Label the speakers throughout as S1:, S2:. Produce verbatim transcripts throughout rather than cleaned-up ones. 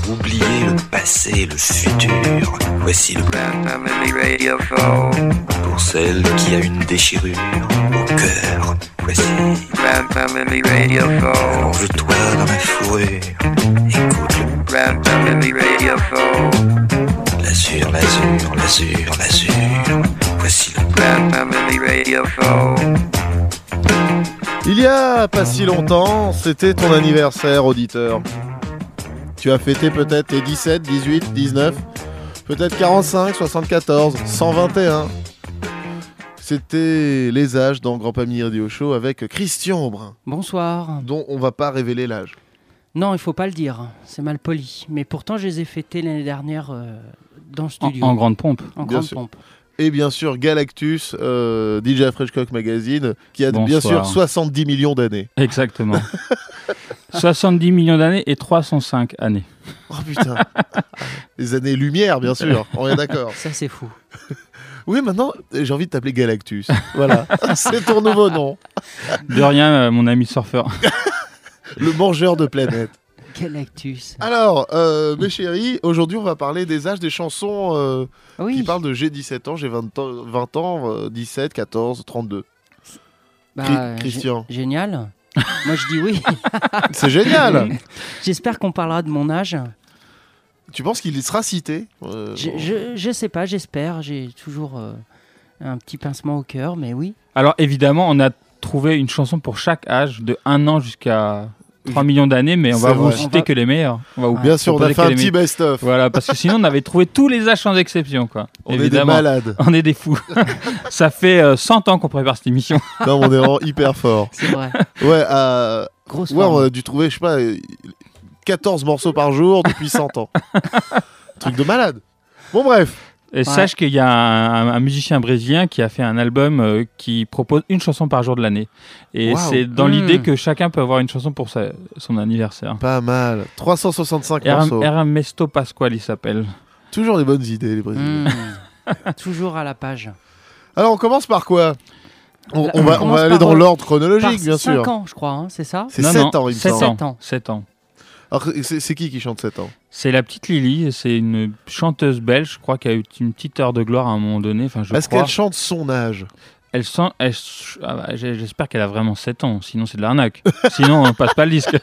S1: pour oublier le passé, le futur. Voici le Grand Family Radio Phone. Pour celle qui a une déchirure au cœur. Voici Grand Family Radio Phone. Allonge-toi dans ma fourrure. Écoute le Grand Family Radio Phone. L'azur, l'azur, l'azur, l'azur. Voici le Grand Family Radio Phone.
S2: Il y a pas si longtemps, c'était ton anniversaire, auditeur. Tu as fêté peut-être tes dix-sept, dix-huit, dix-neuf, peut-être quarante-cinq, soixante-quatorze, cent vingt et un. C'était les âges dans Grand Family Radio Show avec Christian Aubrin.
S3: Bonsoir.
S2: Dont on va pas révéler l'âge.
S3: Non, il faut pas le dire, c'est mal poli. Mais pourtant, je les ai fêtés l'année dernière euh, dans le studio.
S4: En, en grande pompe.
S3: En
S2: Bien
S3: grande
S2: sûr.
S3: pompe.
S2: Et bien sûr Galactus, euh, D J Freshcock Magazine, qui a
S4: Bonsoir.
S2: bien sûr soixante-dix millions d'années.
S4: Exactement. soixante-dix millions d'années et trois cent cinq années.
S2: Oh putain. Les années-lumière, bien sûr, on est d'accord.
S3: Ça, c'est fou.
S2: Oui, maintenant, j'ai envie de t'appeler Galactus. Voilà, c'est ton nouveau nom.
S4: De rien, euh, mon ami surfeur.
S2: Le mangeur de planètes.
S3: Galactus.
S2: Alors, euh, mes chéris, aujourd'hui, on va parler des âges des chansons euh,
S3: Oui.
S2: qui parlent de j'ai dix-sept ans, j'ai vingt ans, vingt ans euh, dix-sept, quatorze, trente-deux.
S3: Bah,
S2: Cri- Christian.
S3: gé- Génial. Moi, je dis oui.
S2: C'est génial.
S3: J'espère qu'on parlera de mon âge.
S2: Tu penses qu'il y sera cité euh,
S3: Je, je, je sais pas, j'espère. J'ai toujours euh, un petit pincement au cœur, mais oui.
S4: Alors évidemment, on a trouvé une chanson pour chaque âge, de un an jusqu'à trois millions d'années, mais on
S2: C'est
S4: va vous
S2: vrai.
S4: citer
S3: On va-
S4: que les meilleurs. On va vous
S2: Bien sûr, on a
S4: proposer
S2: fait
S4: que
S2: un
S4: les
S2: petit
S4: meilleurs.
S2: best-of.
S4: Voilà, parce que sinon on avait trouvé tous les âges sans exception, quoi.
S2: On
S4: Évidemment.
S2: est des malades.
S4: On est des fous. Ça fait euh, cent ans qu'on prépare cette émission.
S2: Non, on est vraiment hyper fort.
S3: C'est vrai.
S2: Ouais, euh,
S3: Grosse
S2: ouais,
S3: forme.
S2: on a dû trouver, je sais pas, euh, quatorze morceaux par jour depuis cent ans. Truc de malade. Bon, bref.
S4: Et
S3: Ouais.
S4: sache qu'il y a un, un musicien brésilien qui a fait un album euh, qui propose une chanson par jour de l'année. Et
S2: Wow.
S4: c'est dans
S3: Mmh.
S4: l'idée que chacun peut avoir une chanson pour sa- son anniversaire.
S2: Pas mal. trois cent soixante-cinq
S4: Erm-
S2: morceaux.
S4: Ernesto Pasquale, il s'appelle.
S2: Toujours des bonnes idées, les Brésiliens.
S3: Mmh. Toujours à la page.
S2: Alors, on commence par quoi on,
S3: Là,
S2: on
S3: on
S2: va, on
S3: commence
S2: va aller
S3: par,
S2: dans
S3: euh,
S2: l'ordre chronologique,
S3: Par
S2: bien
S3: cinq
S2: sûr.
S3: ans, je crois, hein, c'est ça.
S2: C'est
S4: Non,
S2: sept
S4: non,
S2: ans, il me
S4: sept
S2: semble.
S4: ans.
S3: Sept ans.
S4: sept ans.
S2: Alors, c'est, c'est qui qui chante sept ans?
S4: C'est la petite Lily, c'est une chanteuse belge, je crois, qui a eu une petite heure de gloire à un moment donné. Enfin, je
S2: Est-ce
S4: crois.
S2: qu'elle chante son âge?
S4: Elle sent, elle- ah bah, j'ai- j'espère qu'elle a vraiment sept ans, sinon c'est de l'arnaque. Sinon, on passe pas le disque.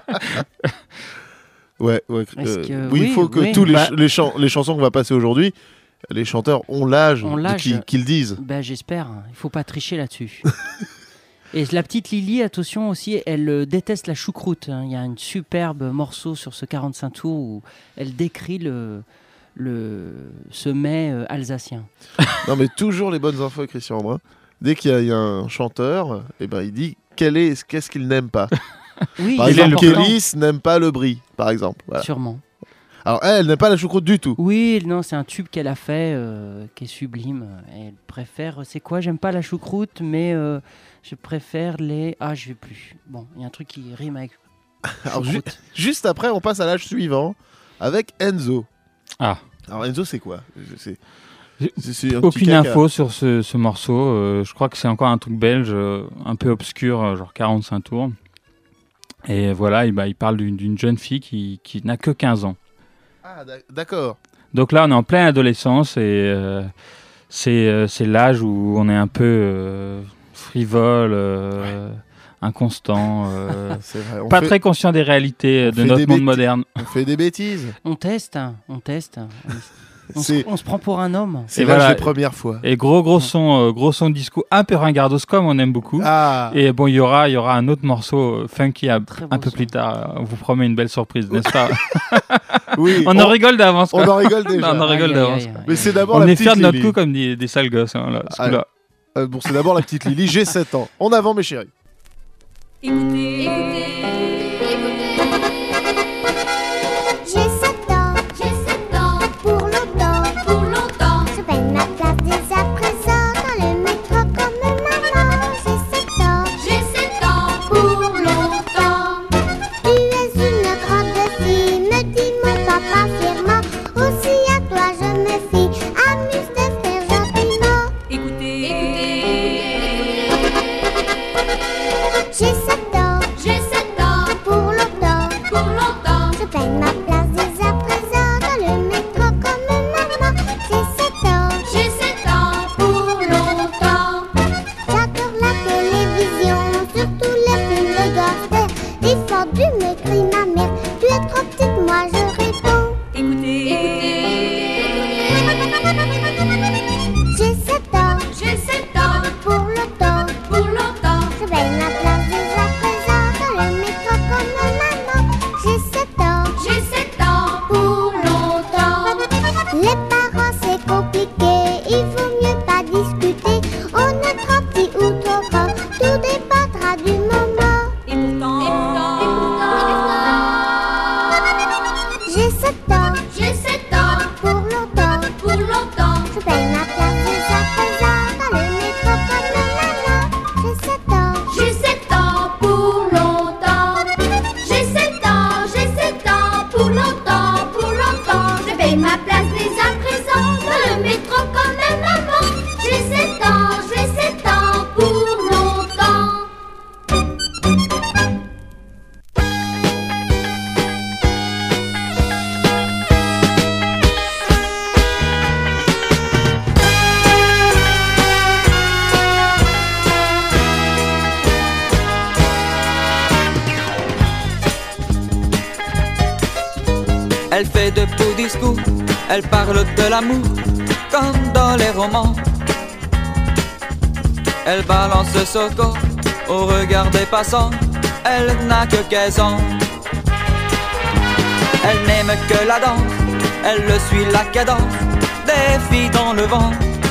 S2: Ouais, ouais.
S3: Est-ce
S2: euh,
S3: que-
S2: oui, il
S3: oui,
S2: faut que
S3: oui.
S2: tous les,
S4: Bah-
S2: ch- les, chans- les chansons qu'on va passer aujourd'hui, les chanteurs ont l'âge,
S3: Ont
S2: de
S3: l'âge.
S2: qui- qu'ils disent.
S3: Ben, j'espère. Il faut pas tricher là-dessus. Et la petite Lily, attention aussi, elle euh, déteste la choucroute. hein. Il y a un superbe morceau sur ce quarante-cinq tours où elle décrit le, le, ce mets euh, alsacien.
S2: Non, mais toujours les bonnes infos, Christian Aubrin. Dès qu'il y a, il y a un chanteur, eh ben, il dit quel est, qu'est-ce qu'il n'aime pas.
S3: Oui,
S2: Par
S3: c'est
S2: exemple,
S3: important.
S2: Kélis n'aime pas le brie, par exemple. Voilà.
S3: Sûrement.
S2: Alors, elle, elle n'aime pas la choucroute du tout.
S3: Oui, non, c'est un tube qu'elle a fait, euh, qui est sublime. Elle préfère, c'est quoi? J'aime pas la choucroute, mais euh, je préfère les... Ah, je vais plus. Bon, il y a un truc qui rime avec
S2: Alors, ju-
S3: choucroute.
S2: juste après, on passe à l'âge suivant avec Enzo.
S4: Ah.
S2: Alors, Enzo, c'est quoi? C'est,
S4: J'ai
S2: c'est- c'est un petit
S4: Aucune
S2: caca.
S4: info sur ce, ce morceau. euh, je crois que c'est encore un truc belge, euh, un peu obscur, euh, genre quarante-cinq tours. Et voilà, et bah, il parle d'une, d'une jeune fille qui, qui n'a que quinze ans.
S2: Ah, d'ac- d'accord.
S4: Donc là, on est en pleine adolescence et euh, c'est, euh, c'est l'âge où on est un peu euh, frivole, euh, inconstant, euh,
S2: C'est vrai. On
S4: pas
S2: fait,
S4: très conscient des réalités
S2: on
S4: euh, de
S2: fait
S4: notre
S2: des
S4: monde
S2: bêti-
S4: moderne.
S2: on fait des bêtises.
S3: On teste, hein, on teste. On, on se,
S2: C'est-
S3: on se prend pour un homme.
S2: C'est
S4: Et
S2: l'âge
S4: voilà.
S2: des premières fois.
S4: Et gros, gros son, euh, gros son disco, un peu ringardos comme on aime beaucoup.
S2: Ah,
S4: Et bon, il y aura, il y aura un autre morceau euh, funky à-
S3: Très
S4: un
S3: beau
S4: peu
S3: son.
S4: plus tard. On vous promet une belle surprise, n'est-ce pas?
S2: oui.
S4: On en rigole d'avance.
S2: on
S4: quoi.
S2: en rigole déjà.
S4: On en rigole
S3: Aïe, aïe,
S4: d'avance.
S3: aïe, aïe.
S2: Mais c'est d'abord
S4: On
S2: la
S4: est
S2: petite
S4: fiers de notre
S2: Lily.
S4: coup comme des, des sales gosses. hein, là, ce
S2: Ah,
S4: coup-là.
S2: Euh, bon, c'est d'abord la petite Lily. J'ai sept ans. En avant, mes chéris.
S5: Écoutez, écoutez, écoutez. J'ai sept ans, j'ai sept ans, pour longtemps, pour longtemps. Je prends ma place dès à présent dans le métro comme maman. J'ai sept ans, j'ai sept ans, pour longtemps. Tu es une grande fille, me dit mon papa fièrement. Aussi à toi je me fie, amuse de faire gentiment. Écoutez, écoutez, écoutez. J'ai sept ans, j'ai sept ans. moi je réponds.
S6: Écoutez,
S5: J'ai sept ans,
S6: j'ai sept ans,
S5: pour longtemps.
S6: pour longtemps.
S5: Je vais ma place dès à présent dans le métro comme maman. J'ai sept ans,
S6: J'ai sept ans, pour longtemps.
S5: les parents c'est compliqué, il vaut mieux pas discuter. On est trop petit ou trop grand, tout dépendra du moment.
S6: Et pourtant, et
S5: J'ai sept ans,
S6: j'ai sept ans,
S5: pour longtemps.
S6: pour longtemps.
S5: Je paye ma place dès à présent dans le métro comme maman. J'ai sept ans,
S6: J'ai sept ans, pour longtemps. J'ai sept ans, j'ai sept ans, pour longtemps, pour longtemps. Je paye ma place dès à présent dans le métro comme un maman. J'ai sept ans, j'ai sept ans, pour longtemps.
S7: Elle fait de beaux discours, elle parle de l'amour, comme dans les romans. Elle balance ce corps au regard des passants, elle n'a que quinze ans. Elle n'aime que la danse, elle le suit la cadence des filles dans le vent.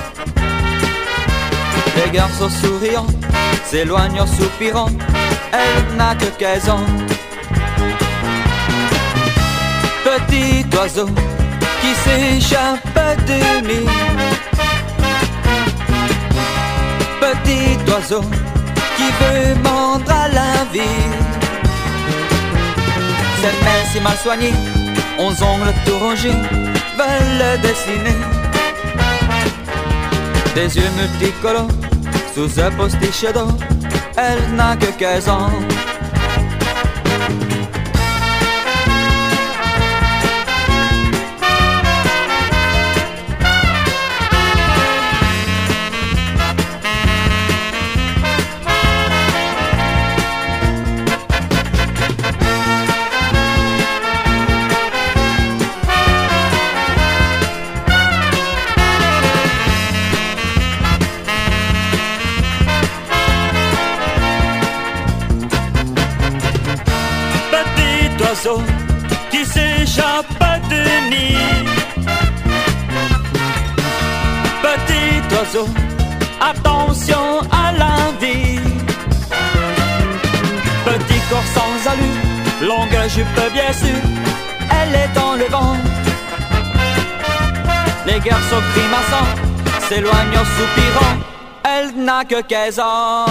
S7: Les garçons souriants s'éloignent en soupirant, elle n'a que quinze ans. Petit oiseau qui s'échappe du nid, petit oiseau qui veut mordre à la vie. Ses mains si mal soignées, onze ongles tout rongés, veulent le dessiner. Des yeux multicolores, sous un postiche d'or, elle n'a que quinze ans. Qui s'échappe du nid, petit oiseau, attention à la vie. Petit corps sans allure, longue jupe bien sûr, elle est dans le vent. Les garçons grimaçants s'éloignent en soupirant, elle n'a que quinze ans.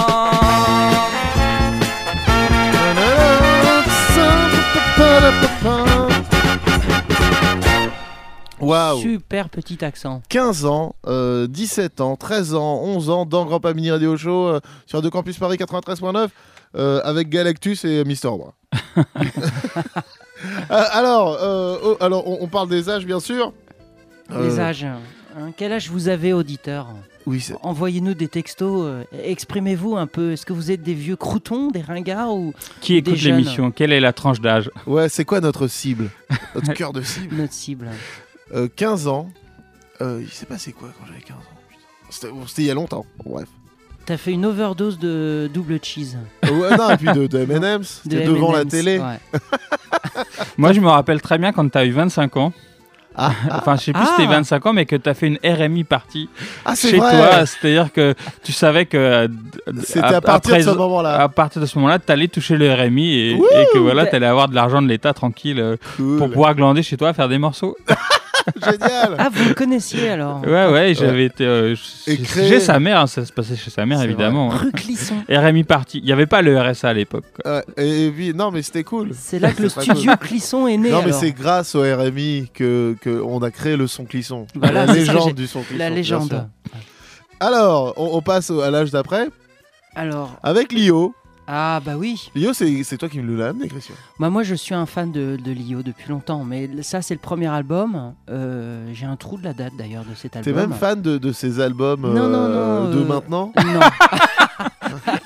S2: Waouh.
S3: Super petit accent.
S2: quinze ans, euh, dix-sept ans, treize ans, onze ans dans Grand Pas Mini Radio Show euh, sur Radio Campus Paris quatre-vingt-treize point neuf euh, avec Galactus et Mister Bra. euh, alors, euh, oh, alors on, on parle des âges bien sûr.
S3: Les
S2: Euh,
S3: âges. Hein, quel âge vous avez, auditeurs?
S2: Oui, c'est...
S3: Envoyez-nous des textos, euh, exprimez-vous un peu. Est-ce que vous êtes des vieux croutons, des ringards ou
S4: Qui
S3: des
S4: écoute
S3: jeunes?
S4: l'émission? Quelle est la tranche d'âge?
S2: Ouais, c'est quoi notre cible? Notre cœur de cible.
S3: Notre cible?
S2: Euh, quinze ans. Euh, il s'est passé quoi quand j'avais quinze ans? Putain. C'était, bon, c'était il y a longtemps. Bon, bref.
S3: T'as fait une overdose de double cheese.
S2: Ouais, non, et puis de, de M and M's.
S3: De
S2: C'était devant la
S3: M and M's,
S2: télé.
S3: ouais.
S4: Moi, je me rappelle très bien quand tu as eu vingt-cinq ans.
S2: Ah, ah,
S4: Enfin, je sais plus
S3: Ah.
S4: si c'était vingt-cinq ans, mais que tu as fait une R M I partie
S2: ah, c'est
S4: chez
S2: vrai.
S4: toi. C'est-à-dire que tu savais que euh, d-
S2: C'était à, partir
S4: après-
S2: de ce moment-là.
S4: à partir de ce moment-là, tu allais toucher le R M I et,
S2: Wouh.
S4: et que voilà,
S3: Bah-
S4: tu allais avoir de l'argent de l'État tranquille euh,
S2: Cool.
S4: pour pouvoir glander chez toi, faire des morceaux.
S2: Génial.
S3: Ah, vous le connaissiez alors?
S4: Ouais, ouais, j'avais été euh,
S2: Et
S4: chez
S2: créé-
S4: chez sa mère, hein, ça se passait chez sa mère
S2: C'est
S4: évidemment. hein.
S3: Rue Clisson.
S4: R M I partie. Il n'y avait pas le R S A à l'époque. quoi.
S2: Ouais, et, et puis, non, mais c'était cool.
S3: C'est là que le
S2: C'est pas
S3: studio
S2: cool.
S3: Clisson est né.
S2: Non, mais
S3: alors.
S2: c'est grâce au R M I que, que on a créé le son Clisson.
S3: Voilà,
S2: la
S3: c'est ça que j'ai-
S2: légende du son Clisson.
S3: la
S2: bien
S3: légende.
S2: sûr. Alors, on, on passe au- à l'âge d'après
S3: Alors,
S2: avec Lio.
S3: ah bah oui.
S2: Lio, c'est, c'est toi qui me l'as amené, Christian.
S3: Bah moi je suis un fan de, de Lio depuis longtemps, mais ça c'est le premier album. Euh, j'ai un trou de la date d'ailleurs de cet
S2: T'es
S3: album.
S2: même fan de, de ces albums
S3: Non, non,
S2: euh,
S3: non,
S2: de
S3: euh,
S2: maintenant?
S3: Non.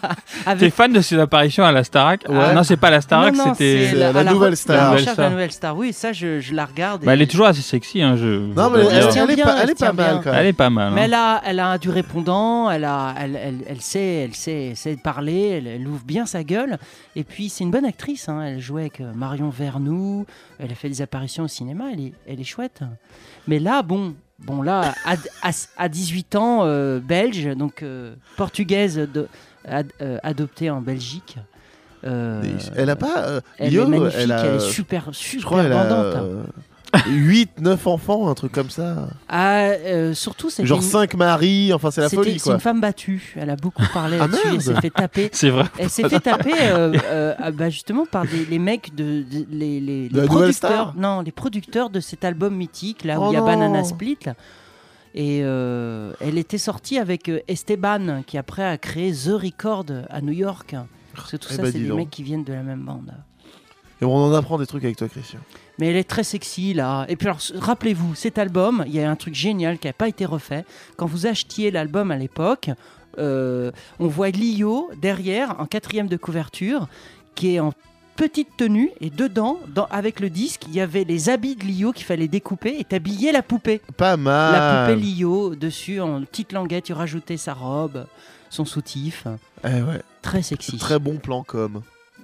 S3: avec-
S4: T'es fan de ses apparitions à la Starac?
S2: Ouais.
S4: Ah, non, c'est pas la Starac,
S3: Non, non,
S4: c'était.
S3: c'est
S2: la
S3: à
S2: nouvelle
S3: re-
S2: star.
S3: La
S4: La nouvelle
S3: recherche de
S4: star.
S3: la nouvelle star. Oui, ça, je, je la regarde.
S4: Bah,
S3: et-
S4: elle est toujours assez sexy, hein. Je...
S2: Non,
S4: je
S2: mais
S4: dois
S2: elle,
S4: dire.
S3: tient
S2: elle est
S3: bien,
S2: pas,
S3: elle
S2: elle est
S3: tient
S2: pas mal
S3: bien.
S2: quand même.
S4: Elle est pas mal.
S3: Mais
S4: hein.
S3: elle a, elle a du répondant, elle, a, elle, elle, elle sait, elle sait, elle sait parler, elle, elle ouvre bien sa gueule. Et puis c'est une bonne actrice. Hein. Elle jouait avec euh, Marion Vernou. Elle a fait des apparitions au cinéma. Elle est, elle est chouette. Mais là, bon, bon là, à, à, à dix-huit ans, euh, belge, donc euh, portugaise, de, ad- euh, adoptée en Belgique. Euh,
S2: Elle a pas. euh,
S3: elle
S2: Lio,
S3: est magnifique.
S2: elle a.
S3: Elle est super, super
S2: je crois qu'elle a.
S3: bandante.
S2: euh, huit, neuf enfants, un truc comme ça.
S3: Ah, euh, surtout, c'était
S2: Genre
S3: une-
S2: cinq maris, enfin c'est la
S3: c'était-
S2: folie
S3: C'est
S2: quoi.
S3: une femme battue. Elle a beaucoup parlé
S2: Ah,
S3: là-dessus. Elle
S2: merde.
S3: s'est fait taper.
S4: C'est vrai.
S3: Elle s'est fait taper euh, euh, ah, bah, justement par des, les mecs de, de- les, les,
S2: De
S3: les
S2: la Nouvelle
S3: producteurs.
S2: Star
S3: Non, les producteurs de cet album mythique là où
S2: Oh
S3: il y a
S2: non.
S3: Banana Split. Là. Et euh, elle était sortie avec euh, Esteban qui après a créé The Record à New York. Parce que tout
S2: Eh
S3: ça
S2: bah,
S3: c'est
S2: dis
S3: des
S2: donc.
S3: mecs qui viennent de la même bande.
S2: Et on en apprend des trucs avec toi, Christian.
S3: Mais elle est très sexy là. Et puis alors, s- rappelez-vous, cet album, il y a un truc génial qui n'a pas été refait. Quand vous achetiez l'album à l'époque, euh, on voit Lio derrière, en quatrième de couverture, qui est en petite tenue. Et dedans, dans- avec le disque, il y avait les habits de Lio qu'il fallait découper et t'habillais la poupée.
S2: Pas mal.
S3: La poupée Lio, dessus, en petite languette, tu rajoutais sa robe, son soutif.
S2: Eh ouais,
S3: Très sexy.
S2: très bon plan com.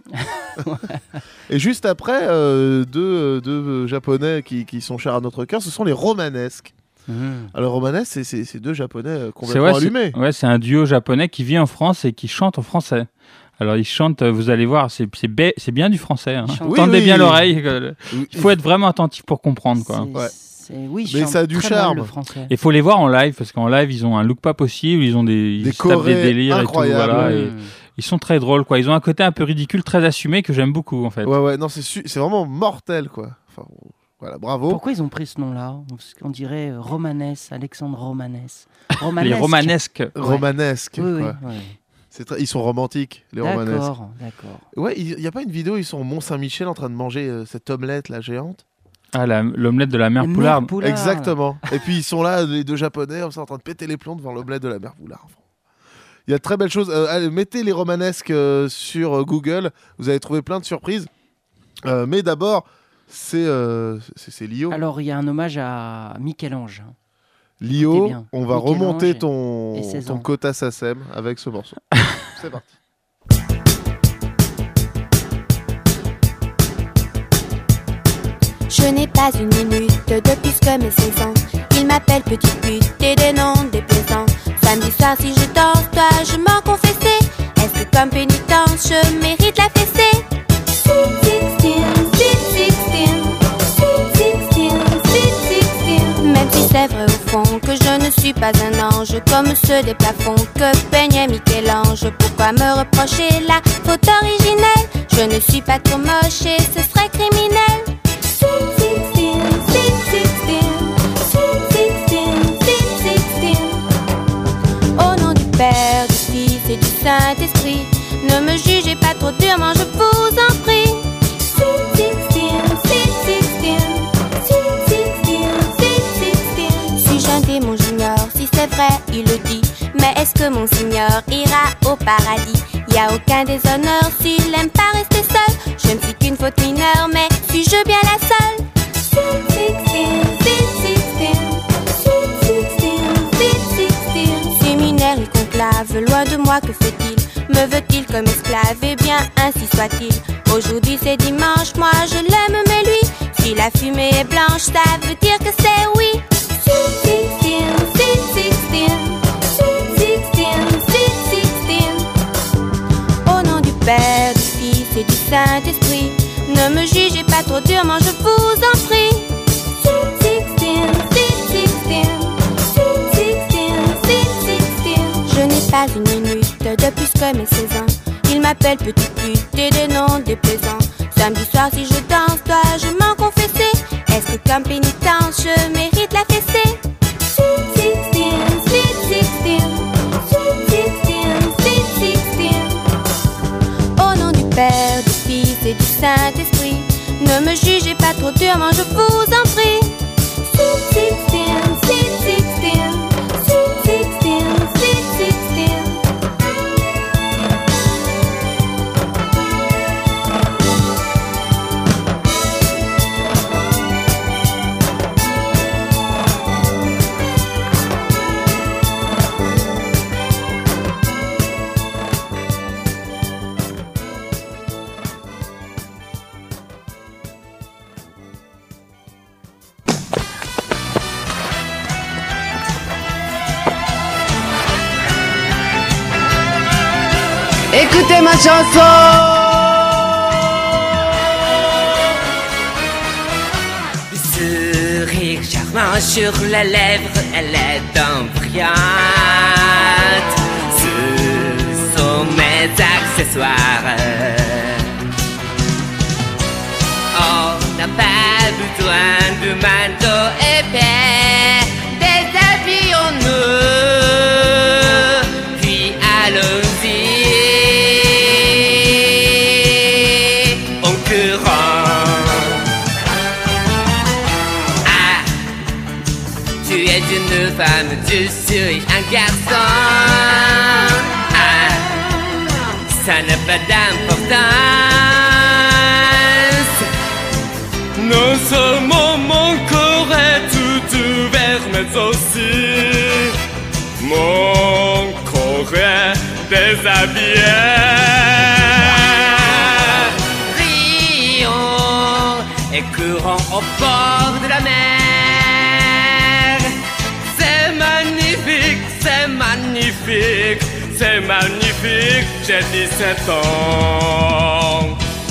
S2: Et juste après, euh, deux, deux japonais qui, qui sont chers à notre cœur, ce sont les romanesques.
S3: Mhm.
S2: Alors romanesques, c'est- c'est c'est deux japonais euh,
S4: C'est
S2: complètement
S4: ouais,
S2: allumés.
S4: c'est- ouais, c'est un duo japonais qui vit en France et qui chante en français. Alors ils chantent, euh, vous allez voir, c'est c'est ba- c'est bien du français. Hein.
S3: Ils chantent-
S2: Oui,
S4: Tendez
S2: oui.
S4: bien l'oreille. euh,
S2: Oui,
S4: Il faut être vraiment attentif pour comprendre, quoi.
S3: C'est-
S2: Ouais.
S3: c'est- Oui, je
S2: Mais
S3: chante
S2: ça a du
S3: très mal
S2: charme.
S3: le français.
S4: Il faut les voir en live parce qu'en live ils ont un look pas possible, ils ont des, ils
S2: Des
S4: se tapent des
S2: chorés
S4: délires
S2: incroyables.
S4: et tout. Voilà, et
S3: Mhm.
S4: ils sont très drôles, quoi. Ils ont un côté un peu ridicule, très assumé que j'aime beaucoup en fait.
S2: Ouais, ouais, non, c'est su- c'est vraiment mortel, quoi. Enfin, voilà, bravo.
S3: Pourquoi ils ont pris ce nom-là? Parce qu'on dirait euh, Romanès, Alexandre Romanès.
S4: Les
S3: Romanesque.
S4: romanesques.
S2: Romanesques,
S3: Oui, oui,
S2: quoi.
S3: oui.
S2: C'est très- Ils sont romantiques, les romanesques.
S3: D'accord, d'accord.
S2: Ouais, il n'y a pas une vidéo, ils sont au Mont-Saint-Michel en train de manger euh, cette omelette, la géante.
S4: Ah, la- l'omelette de la mère
S3: Les
S4: Poulard.
S3: mères Poulard.
S2: Exactement. Et puis ils sont là, les deux japonais, comme ça, en train de péter les plombs devant l'omelette de la mère Poulard. Il y a de très belles choses. Euh, allez, mettez les romanesques euh, sur euh, Google, vous allez trouver plein de surprises. Euh, mais d'abord, c'est euh, c'est c'est Lio.
S3: Alors, il y a un hommage à Michel-Ange.
S2: Lio,
S3: écoutez bien.
S2: on va
S3: Michel-Ange
S2: remonter ton,
S3: et seize
S2: ton
S3: ans.
S2: quota S A C E M avec ce morceau. C'est parti.
S8: Je n'ai pas une minute de plus que mes seize ans. Ils m'appellent petite pute et des noms déplaisants. Samedi soir si je danse, dois-je m'en confesser? Est-ce que comme pénitence je mérite la fessée? Sweet sixteen, sweet sixteen, sweet sixteen, sweet sixteen. Même si c'est vrai au fond que je ne suis pas un ange comme ceux des plafonds que peignait Michel-Ange. Pourquoi me reprocher la faute originelle? Je ne suis pas trop moche et ce serait criminel. Sweet sixteen, sweet sixteen, sweet sixteen, sweet sixteen. Au nom du Père, du Fils et du Saint-Esprit, ne me jugez pas trop durement, je vous en prie. Sweet sixteen, sweet sixteen, sweet sixteen, sweet sixteen. Suis-je un démon junior? Si c'est vrai, il le dit. Mais est-ce que mon Seigneur ira au paradis? Y a aucun déshonneur s'il aime pas rester seul. Je ne suis qu'une faute mineure, mais suis-je bien la seule? Sweet sixteen, sweet sixteen, sweet sixteen, sweet sixteen. Séminaire et conclave, loin de moi, que fait-il? Me veut-il comme esclave? Eh bien, ainsi soit-il. Aujourd'hui c'est dimanche, moi je l'aime, mais lui, si la fumée est blanche, ça veut dire que c'est oui. Sweet sixteen, sweet sixteen, sweet sixteen, sweet sixteen. Au nom du Père, du Fils et du Saint-Esprit, ne me jugez pas trop durement, je vous en prie. Sweet sixteen, sweet sixteen, sweet sixteen, sweet sixteen. Je n'ai pas une minute de plus que mes seize ans. Ils m'appellent petite pute et des noms déplaisants. Samedi soir si je danse, dois-je m'en confesser? Est-ce que comme pénitence je mérite la fessée? Sweet sixteen, sweet sixteen, sweet sixteen, sweet sixteen. Au nom du Père, du Fils et du Saint-Esprit, ne me jugez pas trop durement, je vous en prie. Sweet sixteen, sweet sixteen, sweet sixteen, sweet sixteen.
S9: Écoutez ma chanson.
S10: Sourire charmant sur la lèvre, elle est brillante. Ce sont mes accessoires. On n'a pas besoin de manteau épais, déshabillons-nous, puis allons-y en courant. Ah, tu es une femme, je suis un garçon. Ah, ça n'a pas d'importance.
S11: Non seulement mon corps est tout ouvert, mais aussi mon corps est déshabillé.
S10: Rions et courons au bord de la mer. C'est magnifique, c'est magnifique, c'est magnifique, j'ai dix-sept ans.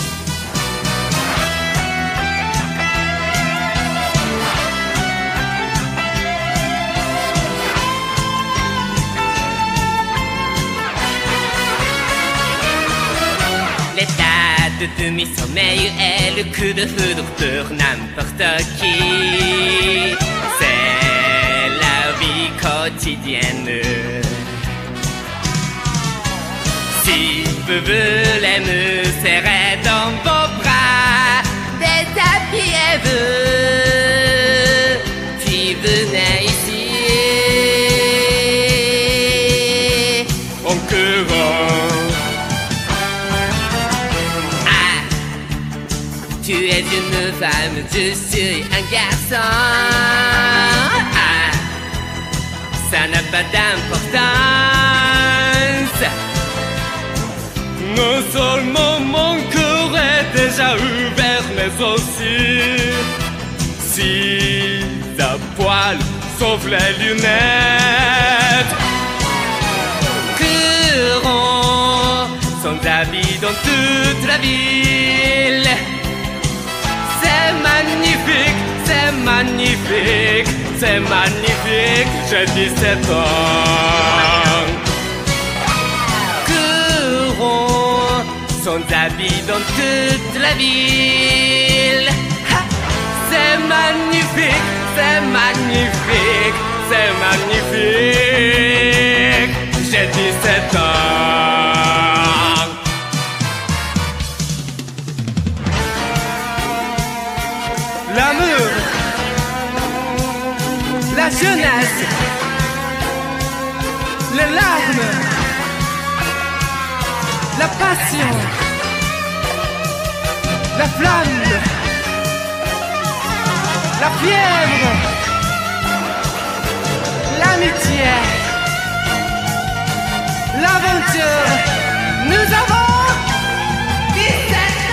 S10: L'état de demi-sommeil est le coup de foudre pour n'importe qui. C'est la vie quotidienne. Si vous voulez me serrer dans vos bras, déshabillez-vous, puis venez ici.
S11: En courant.
S10: Tu es une femme, je suis un garçon. Ah, ça n'a pas d'importance.
S11: Non seulement mon corps est déjà ouvert, mais aussi six à poil, sauf les lunettes.
S10: Courons sans habits dans toute la ville. C'est magnifique, c'est magnifique, c'est magnifique, j'ai dix-sept ans. Courons sans habits dans toute la ville. Ha! C'est magnifique, c'est magnifique, c'est magnifique, j'ai dix-sept ans.
S11: L'amour,
S10: la jeunesse, les larmes, la passion, la flamme, la fièvre, l'amitié, l'aventure. Nous avons dix-sept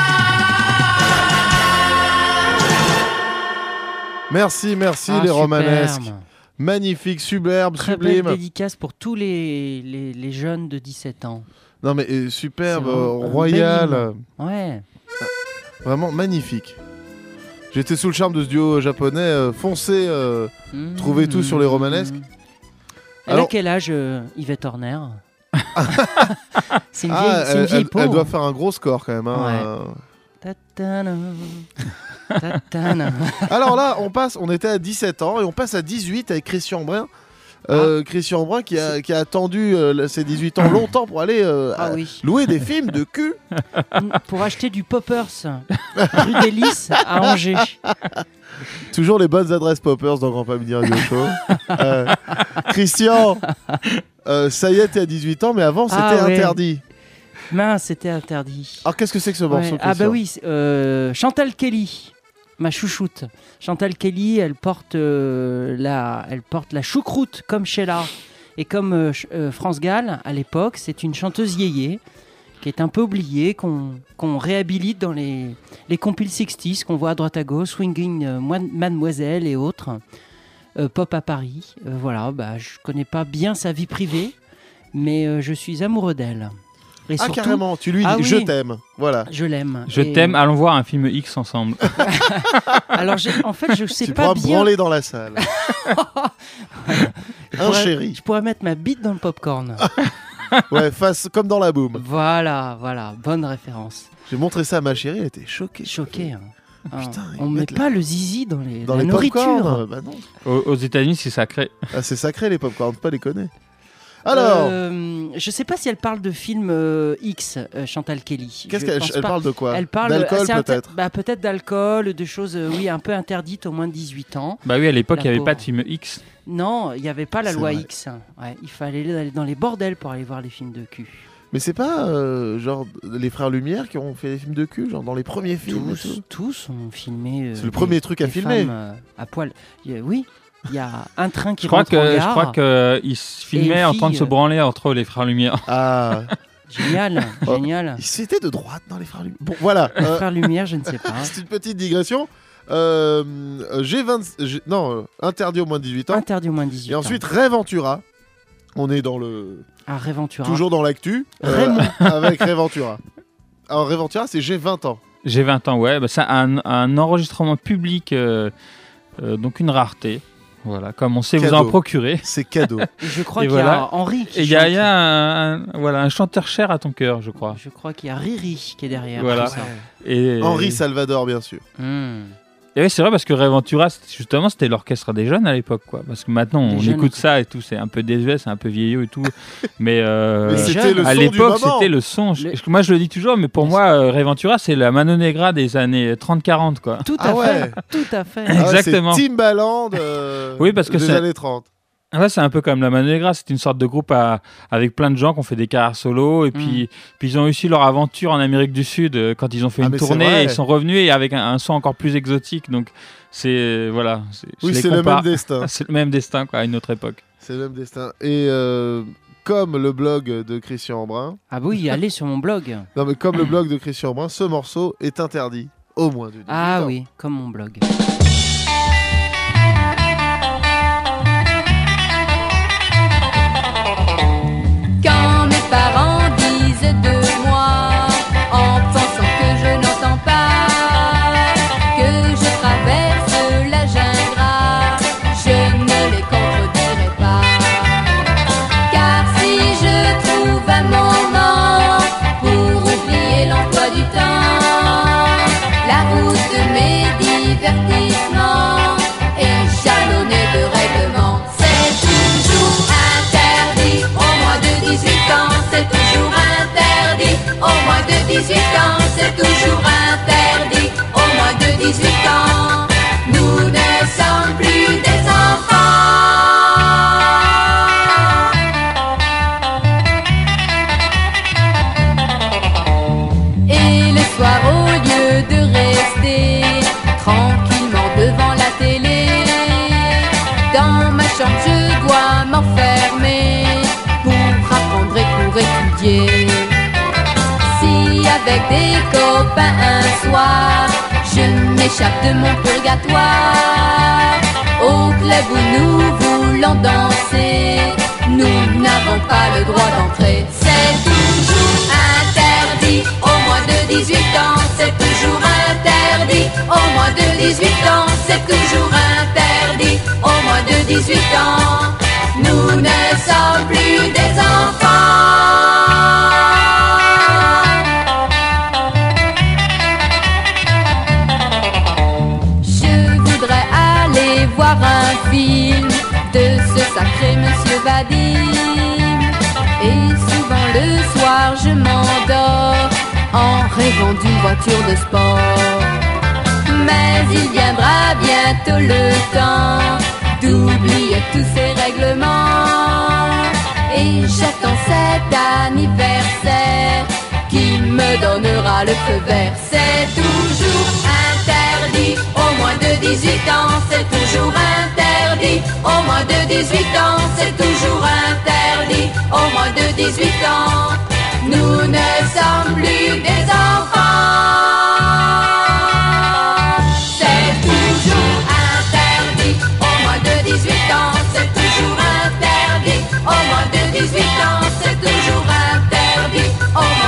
S2: Merci, merci
S3: Ah,
S2: les
S3: superbe.
S2: romanesques. Magnifique, superbe,
S3: Très
S2: sublime.
S3: belle dédicace pour tous les, les, les jeunes de dix-sept ans.
S2: Non mais euh, superbe,
S3: C'est vraiment
S2: euh,
S3: un
S2: royal.
S3: bel hymne. Ouais.
S2: Vraiment magnifique. J'étais sous le charme de ce duo japonais. Euh, foncez, euh,
S3: Mmh.
S2: trouvez tout sur les romanesques.
S3: Elle
S2: Alors-
S3: a quel âge, euh, Yvette Horner? C'est une vieille,
S2: Ah,
S3: c'est une
S2: elle,
S3: vieille
S2: elle-
S3: peau.
S2: elle doit faire un gros score quand même. hein.
S3: Ouais.
S2: Euh,
S3: Tatana, tatana.
S2: Alors là, on passe, on était à dix-sept ans et on passe à dix-huit avec Christian Brun. Euh,
S3: Ah.
S2: Christian Brun qui a, qui a attendu euh, ses dix-huit ans longtemps pour aller euh,
S3: Ah
S2: à-
S3: oui.
S2: louer des films de cul.
S3: Pour acheter du Poppers, rue des Lys à Angers.
S2: Toujours les bonnes adresses Poppers dans Grand Family Radio Show. Euh, Christian, euh, ça y est, t'es à dix-huit ans, mais avant c'était
S3: Ah ouais.
S2: interdit.
S3: Mince, c'était interdit.
S2: Alors qu'est-ce que c'est que ce morceau
S3: Ouais. Ah
S2: Christian
S3: bah oui, c'est, euh, Chantal Kelly, ma chouchoute. Chantal Kelly, elle porte, euh, la, elle porte la choucroute comme Sheila. Et comme euh, Ch- euh, France Gall, à l'époque, c'est une chanteuse yéyé qui est un peu oubliée, qu'on qu'on réhabilite dans les, les compiles sixties qu'on voit à droite à gauche, Swinging euh, Moine- Mademoiselle et autres, euh, Pop à Paris. Euh, voilà, bah, je connais pas bien sa vie privée, mais euh, je suis amoureux d'elle. Et
S2: Ah,
S3: surtout-
S2: carrément, tu lui dis
S3: Ah oui.
S2: je t'aime. Voilà.
S3: Je l'aime.
S4: Je
S3: Et-
S4: t'aime, allons voir un film X ensemble.
S3: Alors, j'ai- en fait, je sais
S2: Tu
S3: pas
S2: pourras me
S3: bien.
S2: branler dans la salle.
S3: Je
S2: Un
S3: pourrais-
S2: chéri.
S3: Je pourrais mettre ma bite dans le popcorn.
S2: Ouais, face comme dans la boum.
S3: Voilà, voilà, bonne référence.
S2: J'ai montré ça à ma chérie, elle était choquée.
S3: Choqué. Hein. Ah,
S2: Putain, ils
S3: on met
S2: mettent
S3: pas le zizi dans les,
S2: Dans
S3: la
S2: les
S3: nourriture.
S2: popcorn, bah non.
S4: Aux, aux États-Unis, c'est sacré.
S2: Ah, c'est sacré les popcorn, faut pas les connaître. Alors,
S3: Euh, je sais pas si elle parle de film euh, X, euh, Chantal Kelly.
S2: qu'est-ce
S3: Je
S2: qu'elle
S3: pense
S2: elle
S3: pas.
S2: parle de quoi
S3: Elle parle
S2: D'alcool
S3: c'est inter-
S2: peut-être.
S3: bah, peut-être d'alcool, de choses euh, oui un peu interdites au moins de dix-huit ans.
S4: Bah oui, à l'époque,
S3: La
S4: il n'y avait
S3: pauvre.
S4: pas de film X.
S3: Non, il n'y avait pas la
S2: C'est
S3: loi
S2: vrai.
S3: X. Ouais, il fallait aller dans les bordels pour aller voir les films de cul.
S2: Mais c'est pas euh, genre les frères Lumière qui ont fait les films de cul, genre dans les premiers films et
S3: Tous,
S2: tout.
S3: tous ont filmé. euh,
S2: C'est le
S3: des-
S2: premier truc à
S3: des
S2: filmer.
S3: femmes, euh, à poil. Il y a- oui, il y a un train qui
S4: Je crois
S3: rentre
S4: que
S3: en
S4: je
S3: gare.
S4: crois que ils se filmaient
S3: une
S4: en train de
S3: fille,
S4: se
S3: euh,
S4: branler entre les frères Lumière.
S2: Ah,
S3: Génial,
S2: Oh.
S3: génial.
S2: c'était de droite dans les frères Lumière. Bon, voilà.
S3: Les
S2: euh,
S3: frères Lumière, je ne sais pas.
S2: c'est une petite digression. Euh, euh, G vingt, G- non, euh, interdit au moins de dix-huit ans.
S3: Interdit au moins de dix-huit
S2: Et
S3: ans.
S2: ensuite, Réventura. On est dans le.
S3: à Réventura.
S2: Toujours dans l'actu. euh,
S3: Raymond.
S2: avec Réventura. Alors, Réventura, c'est G vingt ans.
S4: J'ai vingt ans, ouais. Bah, c'est un, un enregistrement public, euh, euh, donc une rareté. Voilà, comme on sait vous
S2: Cadeau.
S4: en procurer.
S2: C'est cadeau.
S3: Et je crois
S4: Et
S3: qu'il y a
S4: voilà.
S3: Henri qui
S4: Et il y a,
S3: chante.
S4: il y a un, un- voilà, un chanteur cher à ton cœur, je crois.
S3: Je crois qu'il y a Riri qui est derrière.
S4: Voilà.
S3: tout ça.
S4: Et,
S2: Henri Salvador, bien sûr.
S3: Hmm.
S4: Et oui, c'est vrai parce que Réventura, c'était- justement, c'était l'orchestre des jeunes à l'époque, quoi. Parce que maintenant,
S3: Des
S4: on
S3: jeunes,
S4: écoute
S3: quoi.
S4: ça et tout, c'est un peu désuet, c'est un peu vieillot et tout. Mais, euh,
S2: Mais
S3: c'était
S2: c'était le
S4: à
S2: son du
S4: l'époque,
S2: moment.
S4: c'était le son. Je-
S3: Le-
S4: Moi, je le dis toujours, mais pour
S3: Mais
S4: moi, euh, Réventura, c'est la Mano Negra des années trente quarante, quoi.
S3: Tout à
S2: Ah ouais.
S3: fait. Tout à fait.
S2: Ah ouais,
S4: Exactement.
S2: C'est Timbaland euh,
S4: Oui, parce que
S2: des
S4: c'est-
S2: années trente.
S4: Ouais, c'est un peu comme la Mano Negra, c'est une sorte de groupe à- avec plein de gens qui ont fait des carrières solo et puis, puis ils ont réussi leur aventure en Amérique du Sud euh, quand ils ont fait
S2: Ah,
S4: une
S2: mais c'est
S4: tournée
S2: vrai.
S4: et ils sont revenus et avec un, un son encore plus exotique. Donc c'est voilà, c'est, je
S2: Oui,
S4: les
S2: c'est le
S4: compare.
S2: même destin.
S4: C'est le même destin quoi, à une autre époque.
S2: C'est le même destin. Et euh, comme le blog de Christian Embrun,
S3: Ah oui, allez sur mon blog.
S2: non mais comme le blog de Christian Embrun, ce morceau est interdit au moins de dix-huit
S3: Ah
S2: ans.
S3: oui, comme mon blog.
S6: Quand mes parents disent de moi, en pensant que je n'entends pas, que je traverse la jungle, je ne les contredirai pas. Car si je trouve un moment pour oublier l'emploi du temps, la route de mes divertissements est jalonnée de règlements. C'est toujours interdit au moins de dix-huit ans, c'est toujours interdit au moins de dix-huit ans, c'est toujours interdit au moins de dix-huit ans. Nous ne sommes plus des enfants. Et le soir, au lieu de rester tranquillement devant la télé, dans ma chambre je dois m'enfermer pour apprendre et pour étudier. Si avec des copains un soir je m'échappe de mon purgatoire, au club où nous voulons danser, nous n'avons pas le droit d'entrer. C'est toujours interdit au moins de dix-huit ans, c'est toujours interdit au moins de dix-huit ans, c'est toujours interdit au moins de dix-huit ans. Nous ne sommes plus des enfants. Je voudrais aller voir un film de ce sacré monsieur Vadim. Et souvent le soir je m'endors en rêvant d'une voiture de sport. Mais il viendra bientôt le temps d'oublier tous ces règlements. Et j'attends cet anniversaire qui me donnera le feu vert. C'est toujours interdit au moins de dix-huit ans, c'est toujours interdit au moins de dix-huit ans, c'est toujours interdit au moins de dix-huit ans. Nous ne sommes plus des enfants. C'est toujours interdit au moins de dix-huit ans, c'est toujours interdit au moins de dix-huit ans, c'est toujours interdit au moins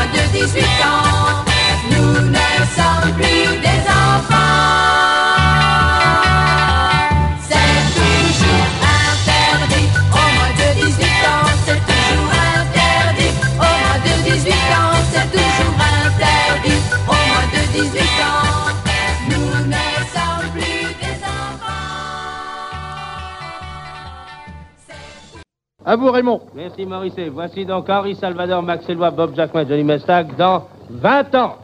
S9: À vous, Raymond.
S12: Merci, Maurice. Voici donc Henri Salvador, Max Eloi, Bob Jacquemin, Johnny Mestac dans vingt ans.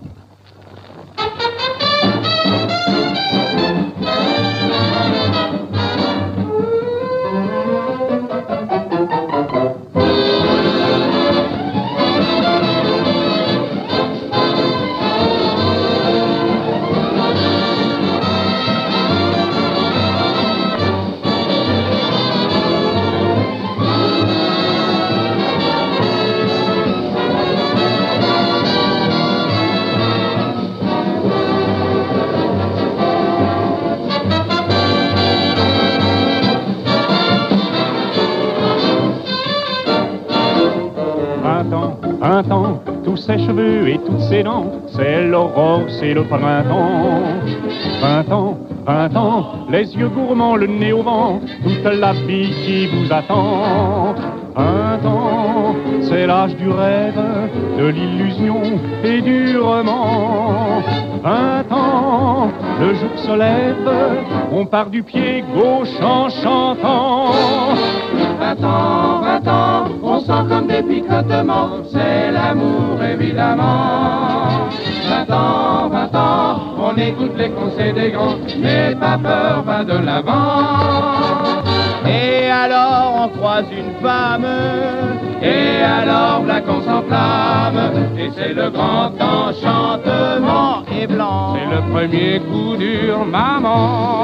S13: vingt ans, tous ses cheveux et toutes ses dents, c'est l'aurore, c'est le printemps. vingt ans, vingt ans, les yeux gourmands, le nez au vent, toute la vie qui vous attend. vingt ans, c'est l'âge du rêve, de l'illusion et du roman. vingt ans, le jour se lève, on part du pied gauche en chantant. vingt ans, vingt ans, on sent comme des picotements, c'est l'amour évidemment. vingt ans, vingt ans, on écoute les conseils des grands, n'aie pas peur, va de l'avant. Et alors on croise une femme, et alors la qu'on s'enflamme, et c'est le grand enchantement et blanc. C'est le premier coup dur, maman.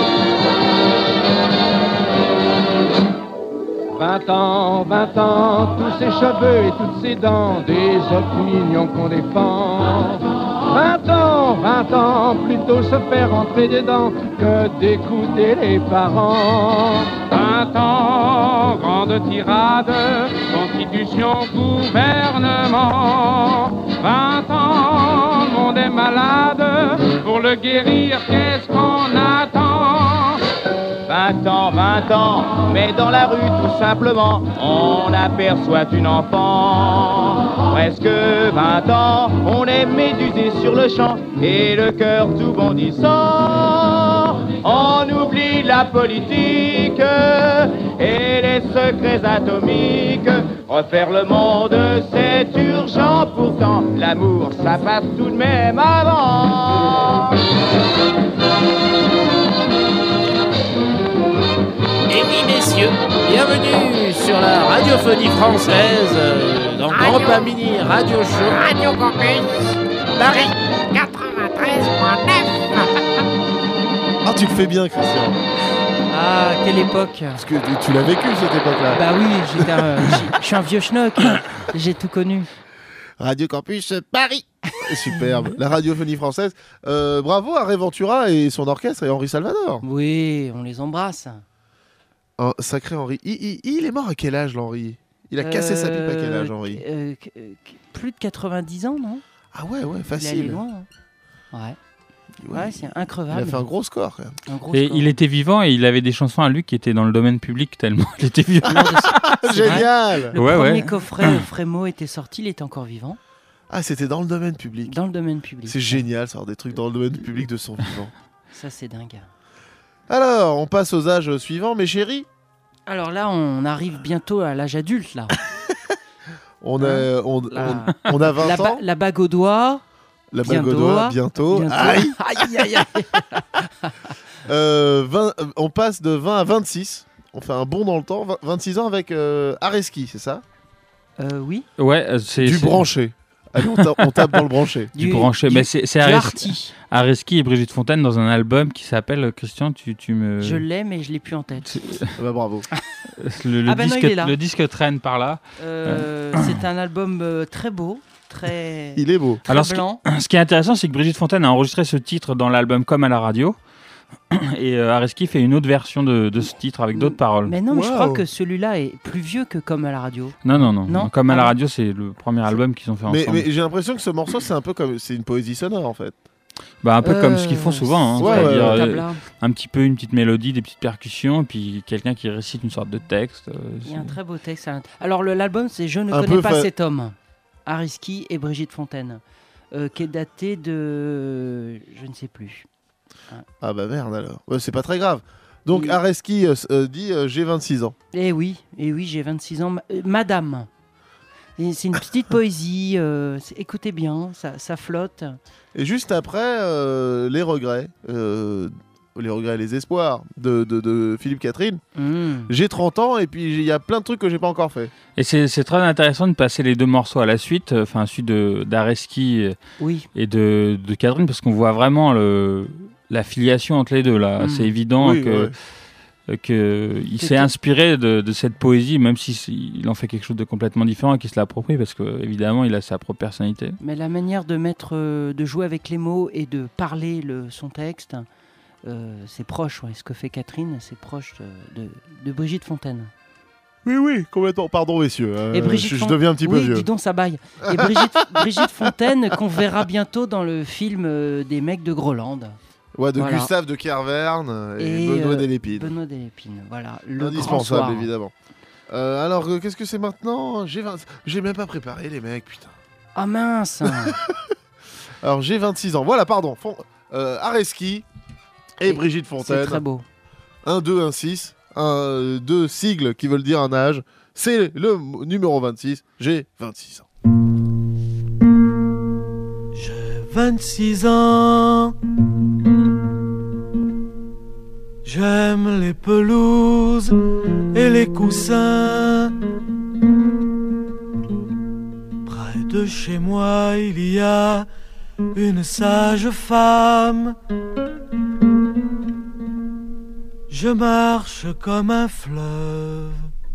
S13: vingt ans, vingt ans, tous ses cheveux et toutes ses dents, des opinions qu'on défend. vingt ans, vingt ans, plutôt se faire entrer dedans que d'écouter les parents. vingt ans, grande tirade, constitution, gouvernement. vingt ans, le monde est malade, pour le guérir, qu'est-ce qu'on attend? vingt ans, vingt ans, mais dans la rue tout simplement, on aperçoit une enfant. Presque vingt ans, on est médusé sur le champ et le cœur tout bondissant. On oublie la politique et les secrets atomiques. Refaire le monde, c'est urgent, pourtant l'amour, ça passe tout de même avant.
S14: Et oui, messieurs, bienvenue sur la radiophonie française, euh, dans
S15: Radio.
S14: Grand Pamini Radio Show.
S15: Radio Campus, Paris quatre-vingt-treize virgule neuf.
S2: Ah, tu le fais bien, Christian.
S3: Ah, quelle époque.
S2: Parce que tu, tu l'as vécu, cette époque-là.
S3: Bah oui, j'étais un- je suis un vieux schnock. J'ai tout connu.
S2: Radio Campus Paris. Superbe. La radiophonie française. Euh, bravo à Ray Ventura et son orchestre et Henri Salvador.
S3: Oui, on les embrasse.
S2: Un sacré Henri. Il, il- il est mort à quel âge, l'Henri? Il a cassé sa pipe à quel âge, Henri?
S3: Euh, qu- euh, Plus de quatre-vingt-dix ans, non?
S2: Ah ouais, ouais,
S3: Il est
S2: facile.
S3: allé loin. hein. Ouais. Ouais, c'est increvable.
S2: Il a fait un gros score, quand même.
S3: Un gros
S4: Et
S3: score.
S4: il était vivant et il avait des chansons à lui qui étaient dans le domaine public tellement il était vivant.
S3: Non, c'est- c'est vrai.
S2: Génial.
S3: Le
S4: Ouais,
S3: premier
S4: ouais.
S3: coffret Frémo était sorti, il était encore vivant.
S2: Ah, c'était dans le domaine public.
S3: Dans le domaine public.
S2: C'est génial, ça, avoir des trucs dans le domaine public de son vivant.
S3: Ça, c'est dingue.
S2: Alors, on passe aux âges suivants, mes chéris.
S3: Alors là, on arrive bientôt à l'âge adulte, là.
S2: On a, on,
S3: La-
S2: on, on a vingt
S3: la, ba-
S2: ans.
S3: la bague au doigt.
S2: La bague au doigt, bientôt.
S3: bientôt.
S2: Aïe.
S3: Aïe, aïe, aïe.
S2: Euh, vingt euh, on passe de vingt à vingt-six. On fait un bond dans le temps. vingt vingt-six ans avec euh, Areski, c'est ça?
S3: Euh, oui.
S4: Ouais, euh, c'est
S2: Du
S4: c'est-
S2: branché. Allez, on, ta- on tape dans le branché.
S4: Du,
S3: Du-
S4: branché.
S3: du-
S4: Mais c'est c'est
S3: du
S4: Ares-
S3: arty.
S4: Areski et Brigitte Fontaine dans un album qui s'appelle euh, Christian, tu, tu me.
S3: Je l'ai, mais je l'ai plus en tête.
S4: C'est-
S2: Ah bah, bravo.
S4: Le, le
S3: Ah bah non,
S4: disque,
S3: il est là.
S4: le disque traîne par là.
S3: Euh, c'est un album euh, très beau, très,
S2: Il est beau.
S3: très
S4: Alors, ce qui,
S3: blanc.
S4: ce qui est intéressant, c'est que Brigitte Fontaine a enregistré ce titre dans l'album Comme à la radio. Et euh, Areski fait une autre version de, de ce titre avec d'autres paroles.
S3: Mais non, mais je
S2: Wow.
S3: crois que celui-là est plus vieux que Comme à la radio.
S4: Non, non, non,
S3: Non
S4: Comme à
S3: Ah
S4: la
S3: bon
S4: radio, c'est le premier album qu'ils ont fait
S2: Mais,
S4: ensemble.
S2: mais j'ai l'impression que ce morceau, c'est un peu comme. C'est une poésie sonore, en fait.
S4: Bah, un peu
S3: Euh,
S4: comme ce qu'ils font souvent. Hein,
S2: ouais,
S4: c'est-à-dire,
S2: ouais,
S4: euh,
S3: Tabla.
S4: un petit peu une petite mélodie, des petites percussions, et puis quelqu'un qui récite une sorte de texte. euh,
S3: Il y a un
S4: c'est-
S3: très beau texte. à l'int- Alors, le- l'album, c'est Je ne
S2: Un
S3: connais
S2: peu
S3: pas
S2: fa-
S3: cet homme. Areski et Brigitte Fontaine. euh, qui est daté de. Je ne sais plus.
S2: Ah bah merde alors. Ouais, c'est pas très grave. Donc
S3: Et-
S2: Areski euh, euh, dit euh, j'ai vingt-six ans.
S3: Eh oui, eh oui, j'ai vingt-six ans. Ma- euh, Madame. Et c'est une petite poésie. euh, c'est- écoutez bien, ça, ça flotte.
S2: Et juste après, euh, les regrets, euh, les regrets et les espoirs de, de, de Philippe Catherine.
S3: Mmh.
S2: J'ai trente ans et puis il y a plein de trucs que j'ai pas encore fait.
S4: Et c'est c'est très intéressant de passer les deux morceaux à la suite, euh, enfin celui de d'Areski et-
S3: Oui.
S4: et de, de Catherine, parce qu'on voit vraiment le, la filiation entre les deux là.
S3: Mm.
S4: C'est évident
S2: Oui,
S4: que
S2: ouais.
S4: euh, que il
S3: C'est
S4: s'est
S3: tout-
S4: inspiré de, de cette poésie, même si c'est- il en fait quelque chose de complètement différent et qu'il se l'approprie, parce que évidemment il a sa propre personnalité.
S3: Mais la manière de mettre, euh, de jouer avec les mots et de parler le, son texte, euh, c'est proche. Ouais. Ce que fait Catherine, c'est proche de, de, de Brigitte Fontaine.
S2: Oui, oui, complètement. Pardon, messieurs. euh,
S3: Et Brigitte
S2: je, je
S3: Fon-
S2: deviens un petit peu
S3: oui,
S2: vieux.
S3: dis donc, ça baille. Et Brigitte, Brigitte Fontaine, qu'on verra bientôt dans le film euh, des mecs de Groland.
S2: Ouais, de
S3: Voilà.
S2: Gustave de Kerverne et,
S3: Et,
S2: Benoît
S3: euh,
S2: Delépine.
S3: Benoît Delépine, voilà. Le grand
S2: Indispensable,
S3: soir.
S2: évidemment. Euh, alors, euh, qu'est-ce que c'est maintenant? J'ai vingt... J'ai même pas préparé, les mecs, putain.
S3: Ah mince.
S2: Alors, j'ai vingt-six ans. Voilà, pardon. Fon... Euh, Areski et,
S3: Et
S2: Brigitte Fontaine.
S3: C'est très beau.
S2: un, deux, un, six. Un, euh, deux sigles qui veulent dire un âge. C'est le m- numéro vingt-six. J'ai vingt-six ans.
S9: J'ai vingt-six ans. J'aime les pelouses et les coussins. Près de chez moi, il y a une sage femme. Je marche comme un fleuve.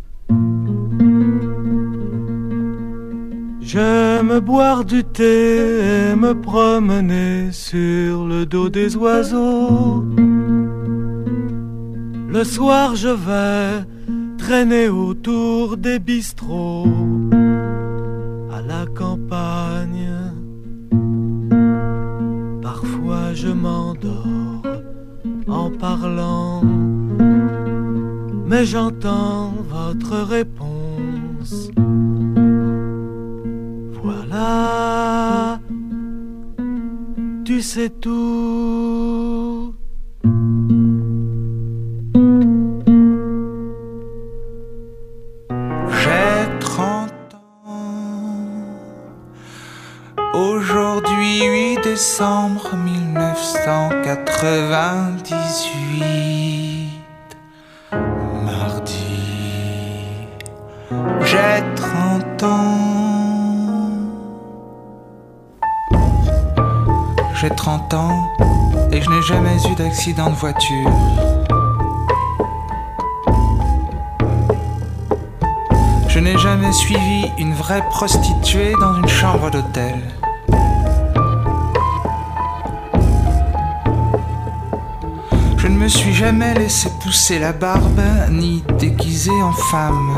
S9: J'aime boire du thé et me promener sur le dos des oiseaux. Le soir je vais traîner autour des bistrots à la campagne. Parfois je m'endors en parlant, mais j'entends votre réponse. Voilà, tu sais tout.
S16: J'ai trente ans. Aujourd'hui, huit décembre mille neuf cent quatre-vingt-dix-huit. Mardi. J'ai trente ans. J'ai trente ans et je n'ai jamais eu d'accident de voiture. Je n'ai jamais suivi une vraie prostituée dans une chambre d'hôtel. Je ne me suis jamais laissé pousser la barbe ni déguisé en femme.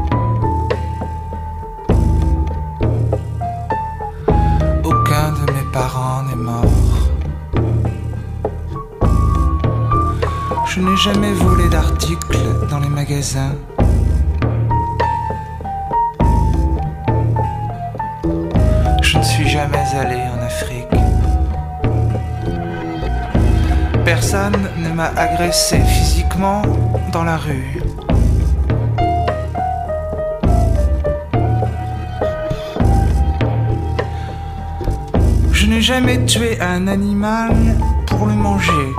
S16: Aucun de mes parents n'est mort. Je n'ai jamais volé d'articles dans les magasins. Je ne suis jamais allé en Afrique. Personne ne m'a agressé physiquement dans la rue. Je n'ai jamais tué un animal pour le manger.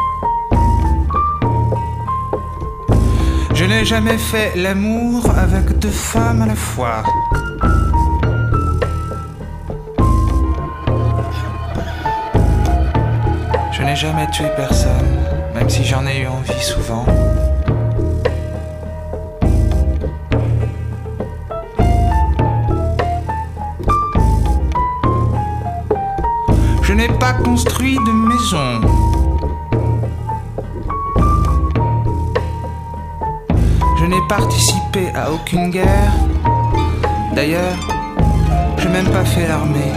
S16: Je n'ai jamais fait l'amour avec deux femmes à la fois. Je n'ai jamais tué personne, même si j'en ai eu envie souvent. Je n'ai pas construit de maison. Je n'ai participé à aucune guerre. D'ailleurs, je n'ai même pas fait l'armée.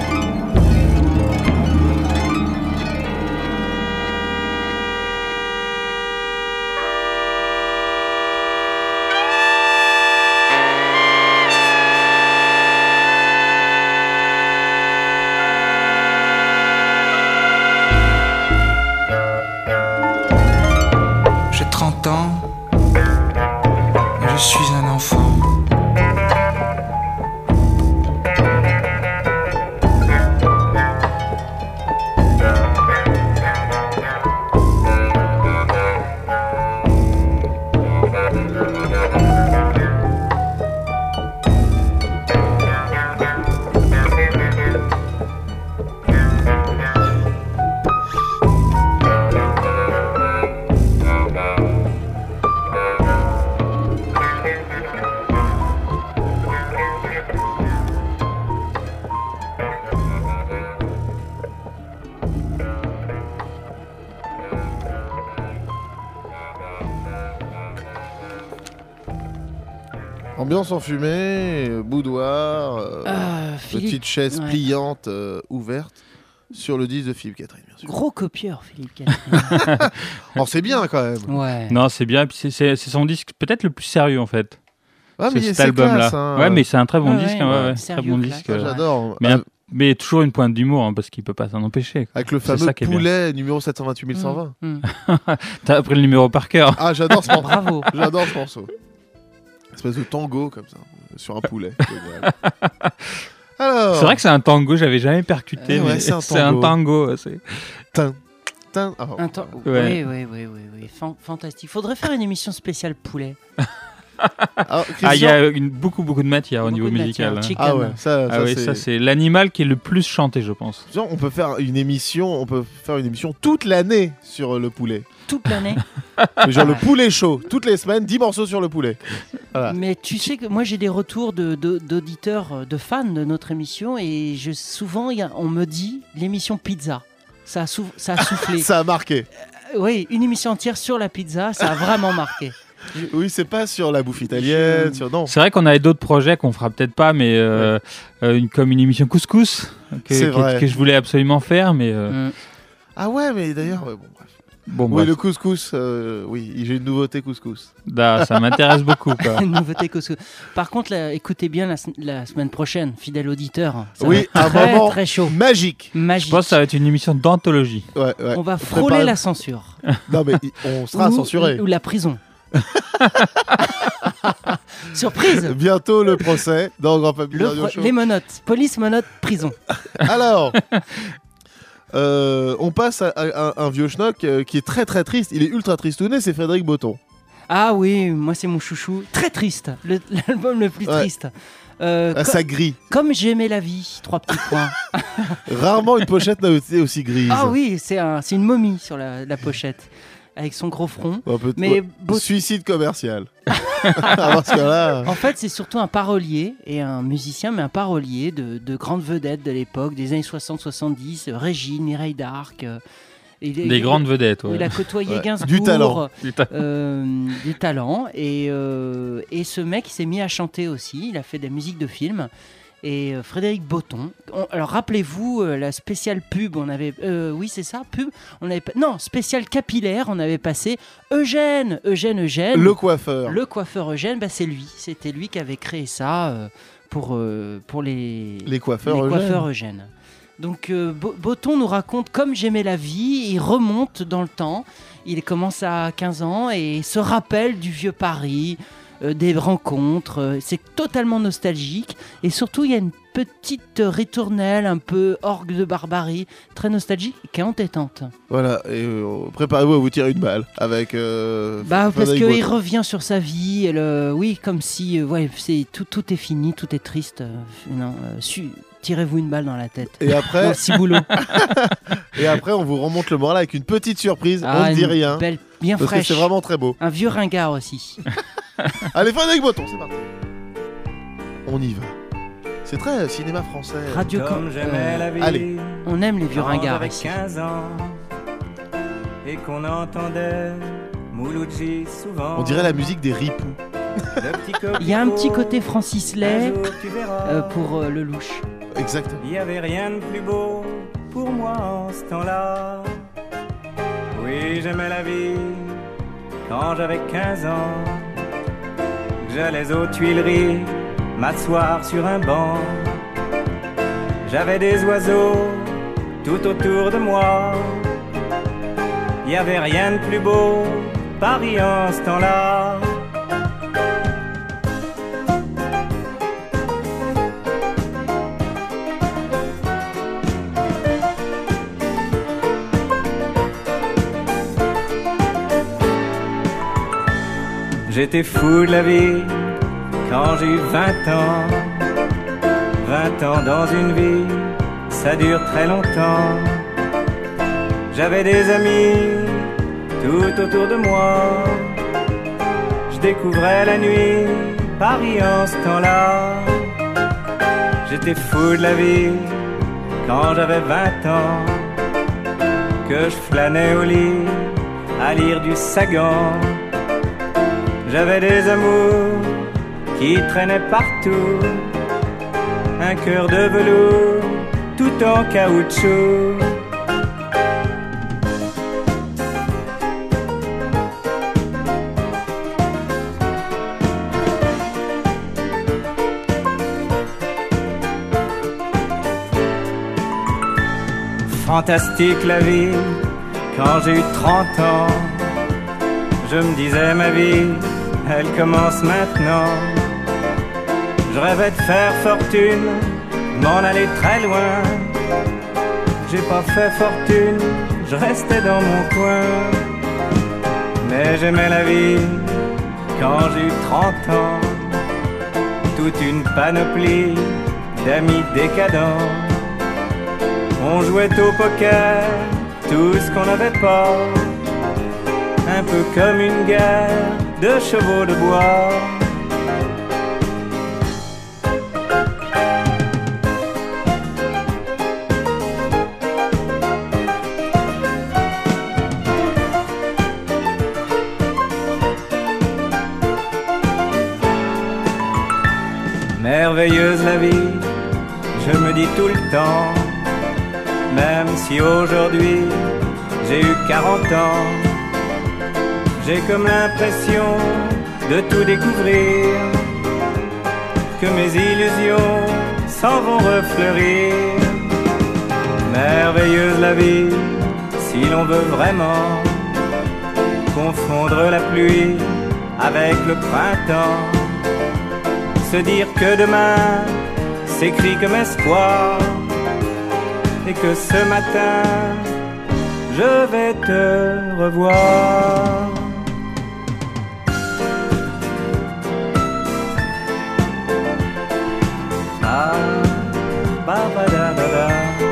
S16: J'ai trente temps, je suis un enfant.
S2: Ambiance enfumée, boudoir, euh,
S3: Ah, Philippe,
S2: petite chaise
S3: ouais.
S2: pliante euh, ouverte sur le disque de Philippe Catherine, bien sûr.
S3: Gros copieur, Philippe Catherine.
S2: Alors c'est bien quand même.
S3: Ouais.
S4: Non, c'est bien. Puis c'est, c'est, c'est son disque peut-être le plus sérieux en fait.
S2: Ah, mais
S4: C'est
S2: c'est
S4: cet album-là.
S2: classe, hein.
S4: Ouais, mais c'est un très bon
S3: Ouais,
S4: disque.
S3: ouais,
S4: hein, ouais,
S3: ouais.
S4: ouais,
S3: Sérieux,
S4: très bon
S3: classe.
S4: disque.
S2: Ah,
S4: euh,
S2: j'adore.
S4: Mais,
S2: Ah,
S4: un- mais toujours une pointe d'humour hein, parce qu'il peut pas s'en empêcher. quoi.
S2: avec le
S4: C'est
S2: fameux
S4: ça qui est bien.
S2: poulet numéro sept cent vingt-huit mille cent vingt.
S3: Mmh.
S4: T'as appris le numéro par cœur.
S2: Ah, j'adore ce morceau.
S3: Bravo.
S2: J'adore ce morceau. Espèce de tango comme ça, sur un poulet. Génial. Alors.
S4: C'est vrai que c'est un tango, j'avais jamais percuté.
S2: Eh ouais,
S4: mais
S2: c'est un
S4: c'est un
S2: tango.
S4: tango. C'est...
S2: Tin, tin. Ah,
S3: Un temps-
S4: Ouais.
S3: Oui, oui, oui, oui, oui. Fan- fantastique. Faudrait faire une émission spéciale poulet.
S2: ah,
S4: Ah, il y
S2: Christian-
S4: a une, beaucoup, beaucoup de matière au
S3: Beaucoup
S4: niveau
S3: de
S4: musical.
S3: matière.
S4: hein.
S3: Chicken.
S2: Ah ouais, ça,
S4: Ah
S2: ça,
S4: oui,
S2: c'est...
S4: ça c'est l'animal qui est le plus chanté, je pense.
S2: Genre, on peut faire une émission, on peut faire une émission toute l'année sur le poulet.
S3: Toute l'année.
S2: Mais genre le poulet chaud, toutes les semaines, dix morceaux sur le poulet. Voilà.
S3: Mais tu sais que moi j'ai des retours de, de- d'auditeurs, euh, de fans de notre émission et je, souvent y a- on me dit l'émission pizza. Ça a, sou- ça a soufflé.
S2: Ça a marqué.
S3: Euh, oui, une émission entière sur la pizza, ça a vraiment marqué.
S2: Oui, c'est pas sur la bouffe italienne,
S3: Je-
S2: sur non.
S4: C'est vrai qu'on avait d'autres projets qu'on fera peut-être pas, mais euh, euh, une, comme une émission couscous que,
S2: C'est
S4: que,
S2: vrai.
S4: que je voulais absolument faire, mais euh,
S3: Mm.
S2: Ah ouais, mais d'ailleurs, ouais, bon bref.
S4: bon,
S2: Oui,
S4: bref.
S2: le couscous, euh, oui, j'ai une nouveauté couscous.
S4: Da, ça m'intéresse beaucoup. Quoi.
S3: Une nouveauté couscous. Par contre, là, écoutez bien la, se- la semaine prochaine, fidèle auditeur. Ça
S2: Oui,
S3: va
S2: un
S3: être très,
S2: moment
S3: très chaud.
S2: magique.
S3: Magique.
S4: Je pense que ça va être une émission d'anthologie.
S2: Ouais, ouais.
S3: On va frôler
S2: Préparez-
S3: la censure.
S2: Non mais i- on sera
S3: Ou-
S2: censuré.
S3: Ou la prison. Surprise.
S2: Bientôt le procès dans Grand Papy
S3: Le
S2: Radio
S3: pro-
S2: Show.
S3: les menottes. Police, menottes, prison.
S2: Alors, euh, on passe à, à- à un vieux schnock euh, qui est très très triste. Il est ultra tristouné, c'est Frédéric Botton.
S3: Ah oui, moi c'est mon chouchou. Très triste. Le- L'album le plus
S2: Ouais.
S3: triste. Euh,
S2: Ah,
S3: co-
S2: ça grille.
S3: Comme j'aimais la vie. Trois petits points.
S2: Rarement une pochette n'a été aussi grise.
S3: Ah oui, c'est un, c'est une momie sur la, la pochette. Avec son gros front.
S2: Un peu-
S3: Mais
S2: ouais,
S3: Bot-
S2: Suicide commercial. Parce que là,
S3: En fait, c'est surtout un parolier et un musicien, mais un parolier de, de grandes vedettes de l'époque, des années soixante soixante-dix, euh, Régine, Mireille d'Arc. euh, et il-
S4: Des
S3: il-
S4: grandes vedettes. Ouais.
S3: Il a côtoyé
S2: Ouais.
S3: Gainsbourg.
S2: Du talent.
S4: Du ta-
S3: euh, du talent. Et, euh, et ce mec, il s'est mis à chanter aussi. Il a fait des musiques de films. Et euh, Frédéric Botton. On- alors rappelez-vous euh, la spéciale pub. On avait, euh, oui c'est ça, pub. On avait, pa- non, spéciale capillaire. On avait passé Eugène, Eugène, Eugène.
S2: le coiffeur.
S3: Le coiffeur Eugène, bah, c'est lui. C'était lui qui avait créé ça euh, pour, euh, pour les,
S2: Les coiffeurs
S3: les
S2: Eugène.
S3: coiffeurs Eugène. Donc euh, Bo- Botton nous raconte comme j'aimais la vie. Il remonte dans le temps. Il commence à quinze ans et se rappelle du vieux Paris, euh, des rencontres. euh, C'est totalement nostalgique. Et surtout, il y a une petite ritournelle, un peu orgue de barbarie, très nostalgique, qui est entêtante.
S2: Voilà, et euh, préparez-vous à vous tirer une balle avec. euh,
S3: Bah, parce
S2: Frédéric
S3: qu'il
S2: Botton.
S3: revient sur sa vie, et le- oui, comme si euh, ouais, c'est, tout, tout est fini, tout est triste. euh, non, euh, su- tirez-vous une balle dans la tête.
S2: Et après,
S3: Dans le ciboulot.
S2: et après, on vous remonte le moral avec une petite surprise.
S3: Ah,
S2: on ne dit
S3: une
S2: rien.
S3: belle- bien
S2: parce
S3: fraîche.
S2: que c'est vraiment très beau.
S3: Un vieux ringard aussi.
S2: Allez, Frédéric Botton, c'est parti. On y va. C'est très euh, cinéma français.
S3: Radio
S17: Comme
S3: Cam-
S17: j'aimais
S3: euh,
S17: la vie.
S2: allez.
S3: On aime les vieux
S17: quand
S3: ringards
S17: j'avais
S3: ici.
S17: quinze ans et qu'on entendait Mouloudji souvent.
S2: On dirait la musique des ripoux.
S17: Le petit
S3: Il y a un petit
S17: coquelicot,
S3: côté Francis
S17: un
S3: Lay
S17: jour tu verras.
S3: euh, pour euh, le louche.
S2: Exactement.
S17: Il y avait rien de plus beau pour moi en ce temps-là. Oui, j'aimais la vie quand j'avais quinze ans. J'allais aux Tuileries m'asseoir sur un banc. J'avais des oiseaux tout autour de moi. Il y avait rien de plus beau Paris en ce temps-là. J'étais fou de la vie quand j'ai eu vingt ans. Vingt ans dans une vie, ça dure très longtemps. J'avais des amis tout autour de moi. Je découvrais la nuit Paris en ce temps-là. J'étais fou de la vie quand j'avais vingt ans, que je flânais au lit à lire du Sagan. J'avais des amours qui traînaient partout, un cœur de velours tout en caoutchouc. Fantastique la vie, quand j'ai eu trente ans, je me disais ma vie, elle commence maintenant. Je rêvais de faire fortune, m'en aller très loin. J'ai pas fait fortune, je restais dans mon coin. Mais j'aimais la vie quand j'ai eu trente ans. Toute une panoplie d'amis décadents. On jouait au poker, tout ce qu'on n'avait pas. Un peu comme une guerre de chevaux de bois. Merveilleuse la vie, je me dis tout le temps. Même si aujourd'hui j'ai eu quarante ans, j'ai comme l'impression de tout découvrir, que mes illusions s'en vont refleurir. Merveilleuse la vie, si l'on veut vraiment confondre la pluie avec le printemps. Se dire que demain s'écrit comme espoir, et que ce matin je vais te revoir. Ah, ba ba da da da.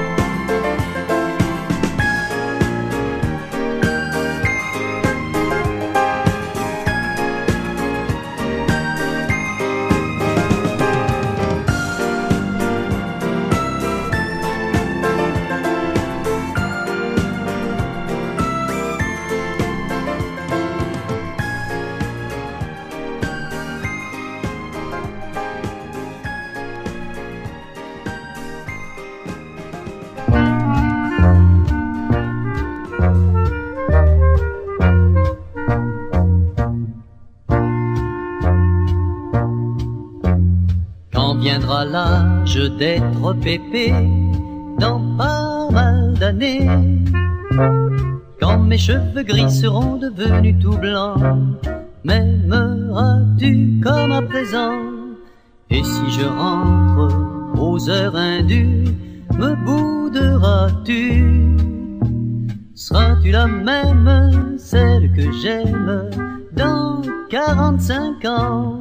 S18: Viendra l'âge d'être pépé dans pas mal d'années, quand mes cheveux gris seront devenus tout blancs, m'aimeras-tu comme à présent? Et si je rentre aux heures indues, me bouderas-tu? Seras-tu la même, celle que j'aime dans quarante-cinq ans?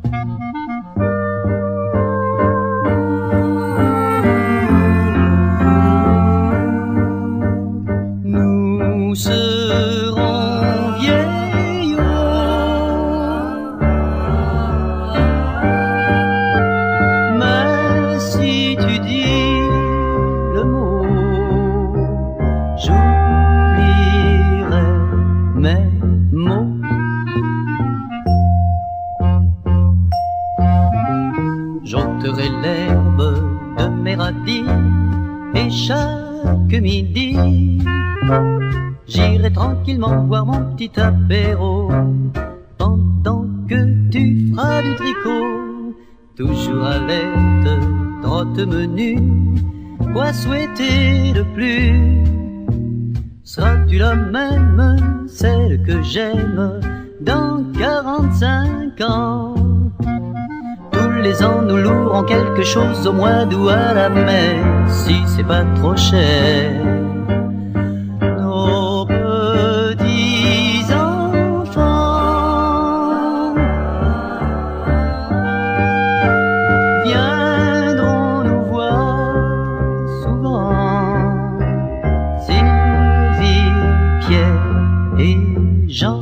S18: Nous serons vieillots, mais si tu dis le mot, j'oublierai mes mots. J'ôterai l'herbe de mes radis, et chaque midi j'irai tranquillement boire mon petit apéro, pendant que tu feras du tricot. Toujours alerte, trotte menu, quoi souhaiter de plus? Seras-tu la même, celle que j'aime, dans quarante-cinq ans? Tous les ans nous louerons quelque chose au mois d'août à la mer, si c'est pas trop cher. Nos petits enfants viendront nous voir souvent. Sylvie, Pierre et Jean.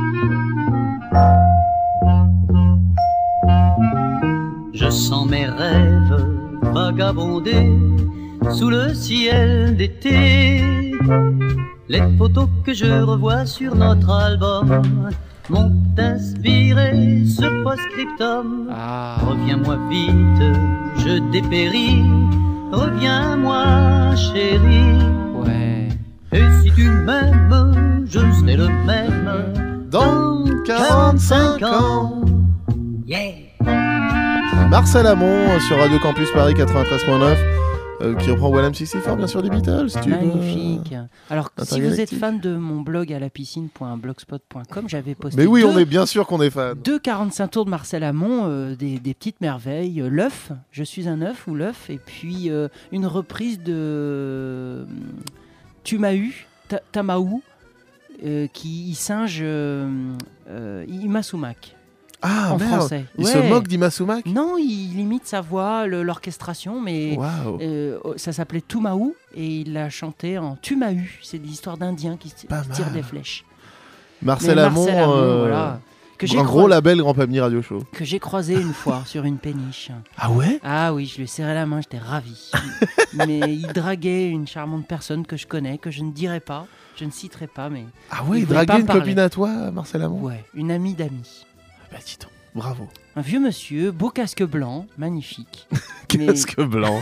S18: Je sens mes rêves vagabonder sous le ciel d'été. Les photos que je revois sur notre album m'ont inspiré ce post-scriptum.
S3: Ah.
S18: Reviens-moi vite, je dépéris. Reviens-moi, chérie.
S3: Ouais.
S18: Et si tu m'aimes, je serai le même
S2: dans quarante-cinq ans.
S18: Yeah.
S2: Marcel Amont sur Radio Campus Paris quatre-vingt-treize neuf. Euh, qui reprend One M soixante-quatre, bien sûr, des Beatles. Tu
S3: Magnifique.
S2: veux...
S3: Alors, si vous êtes fan de mon blog à la piscine point blogspot point com, j'avais posté.
S2: Mais oui,
S3: deux,
S2: on est bien sûr qu'on est fan.
S3: Deux quarante-cinq tours de Marcel Amont, euh, des, des petites merveilles. Euh, l'œuf, je suis un œuf ou l'œuf, et puis euh, une reprise de euh, Tu m'as eu, ta, Tamaou, euh, qui singe euh, euh, Ima Sumac.
S2: Ah,
S3: en
S2: merde.
S3: français.
S2: Il
S3: ouais.
S2: se moque d'Ima Sumac ?
S3: Non, il imite sa voix, le, l'orchestration, mais
S2: wow.
S3: euh, ça s'appelait Tumaou et il l'a chanté en Tu m'as eu. C'est l'histoire d'Indiens qui, qui tirent des flèches.
S2: Marcel Amont,
S3: Marcel Amont
S2: euh,
S3: voilà, que
S2: un
S3: j'ai
S2: gros
S3: croi...
S2: label Grand Pamini Radio Show.
S3: Que j'ai croisé une fois sur une péniche.
S2: Ah ouais ?
S3: Ah oui, je lui ai serré la main, j'étais ravi. Mais il draguait une charmante personne que je connais, que je ne dirai pas, je ne citerai pas, mais...
S2: Ah ouais, il, il draguait une parler. Copine à toi, Marcel Amont ?
S3: Ouais, une amie d'amis.
S2: Bah dis donc. Bravo.
S3: Un vieux monsieur, beau casque blanc, magnifique.
S2: Casque mais... blanc.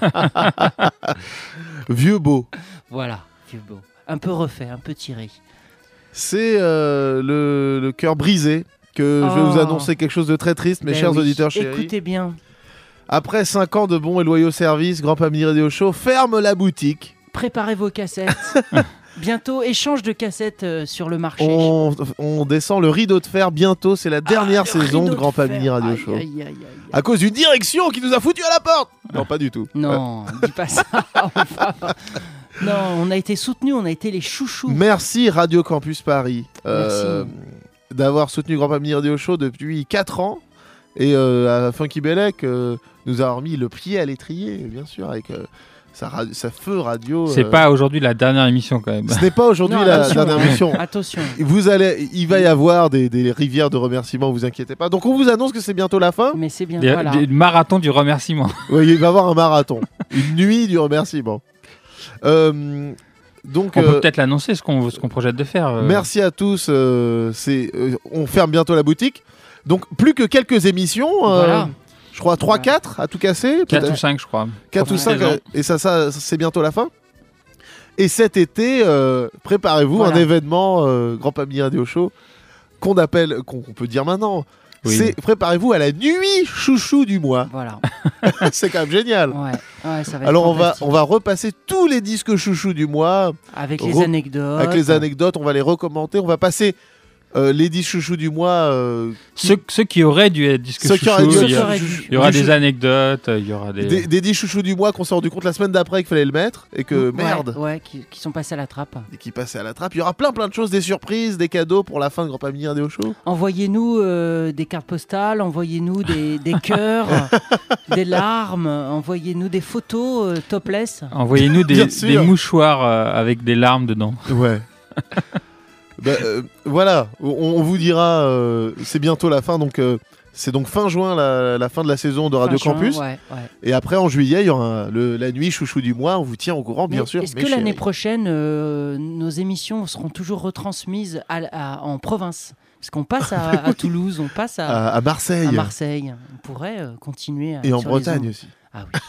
S2: Vieux beau.
S3: Voilà, vieux beau. Un peu refait, un peu tiré.
S2: C'est euh, le, le cœur brisé que oh. je vais vous annoncer quelque chose de très triste, mes ben chers
S3: oui.
S2: auditeurs chéris.
S3: Écoutez bien.
S2: Après cinq ans de bons et loyaux services, Grand Pamini Radio Show ferme la boutique.
S3: Préparez vos cassettes. Bientôt, échange de cassettes euh, sur le marché.
S2: On, on descend le rideau de fer bientôt. C'est la dernière ah, saison de Grand Pamini Radio aïe, Show. Aïe, aïe, aïe, aïe. À cause d'une direction qui nous a foutu à la porte. Non, pas du tout.
S3: Non, dis pas ça. Non, on a été soutenus, on a été les chouchous.
S2: Merci Radio Campus Paris euh, d'avoir soutenu Grand Pamini Radio Show depuis quatre ans. Et euh, à Funky Bellec euh, nous a remis le pied à l'étrier, bien sûr, avec... Euh, Sa, ra- sa feu radio.
S4: C'est euh... pas aujourd'hui la dernière émission quand même.
S2: Ce n'est pas aujourd'hui non, la dernière émission.
S3: Attention.
S2: Vous allez, il va y avoir des, des rivières de remerciements, vous inquiétez pas. Donc on vous annonce que c'est bientôt la fin.
S3: Mais c'est bien.
S4: Des,
S3: voilà.
S4: des marathons du remerciement.
S2: Oui, il va y avoir un marathon, une nuit du remerciement. Euh, donc
S4: on
S2: euh,
S4: peut peut-être l'annoncer ce qu'on, ce qu'on projette de faire. Euh...
S2: Merci à tous. Euh, c'est, euh, on ferme bientôt la boutique. Donc plus que quelques émissions. Euh,
S3: voilà.
S2: Je crois trois quatre à tout casser.
S4: quatre ou cinq, je crois.
S2: quatre ou cinq, euh, et ça, ça, c'est bientôt la fin. Et cet été, euh, préparez-vous voilà. un événement euh, Grand Pamini Radio Show qu'on appelle, qu'on, qu'on peut dire maintenant. Oui. C'est préparez-vous à la nuit chouchou du mois.
S3: Voilà.
S2: C'est quand même génial.
S3: Ouais. Ouais, ça va être
S2: Alors on va,
S3: on
S2: va repasser tous les disques chouchous du mois.
S3: Avec les re- anecdotes.
S2: Avec les anecdotes, on va les recommenter. On va passer... Euh, les disques chouchous du mois. Euh,
S4: qui... Ceux, ceux qui auraient dû être disques chouchous. Il y, a, il y aura des anecdotes, il y aura des...
S2: Des, des disques chouchous du mois qu'on s'est rendu compte la semaine d'après qu'il fallait le mettre et que
S3: ouais,
S2: merde.
S3: Ouais, qui, qui sont passés à la trappe.
S2: Et qui passaient à la trappe. Il y aura plein plein de choses, des surprises, des cadeaux pour la fin de Grand Pamini Radio Show.
S3: Envoyez-nous euh, des cartes postales, envoyez-nous des, des cœurs, des larmes, envoyez-nous des photos euh, topless.
S4: Envoyez-nous des, des mouchoirs euh, avec des larmes dedans.
S2: Ouais. Bah, euh, voilà, on, on vous dira, euh, c'est bientôt la fin, donc euh, c'est donc fin juin la, la fin de la saison de Radio
S3: fin
S2: Campus.
S3: Juin, ouais, ouais.
S2: Et après en juillet, il y aura le, la nuit chouchou du mois. On vous tient au courant, bien
S3: Mais
S2: sûr.
S3: Est-ce que chéris. L'année prochaine, euh, nos émissions seront toujours retransmises à, à, en province ? Parce qu'on passe à, à Toulouse, on passe à,
S2: à, à Marseille.
S3: À Marseille. On pourrait euh, continuer. À,
S2: Et en Bretagne aussi.
S3: Ah oui.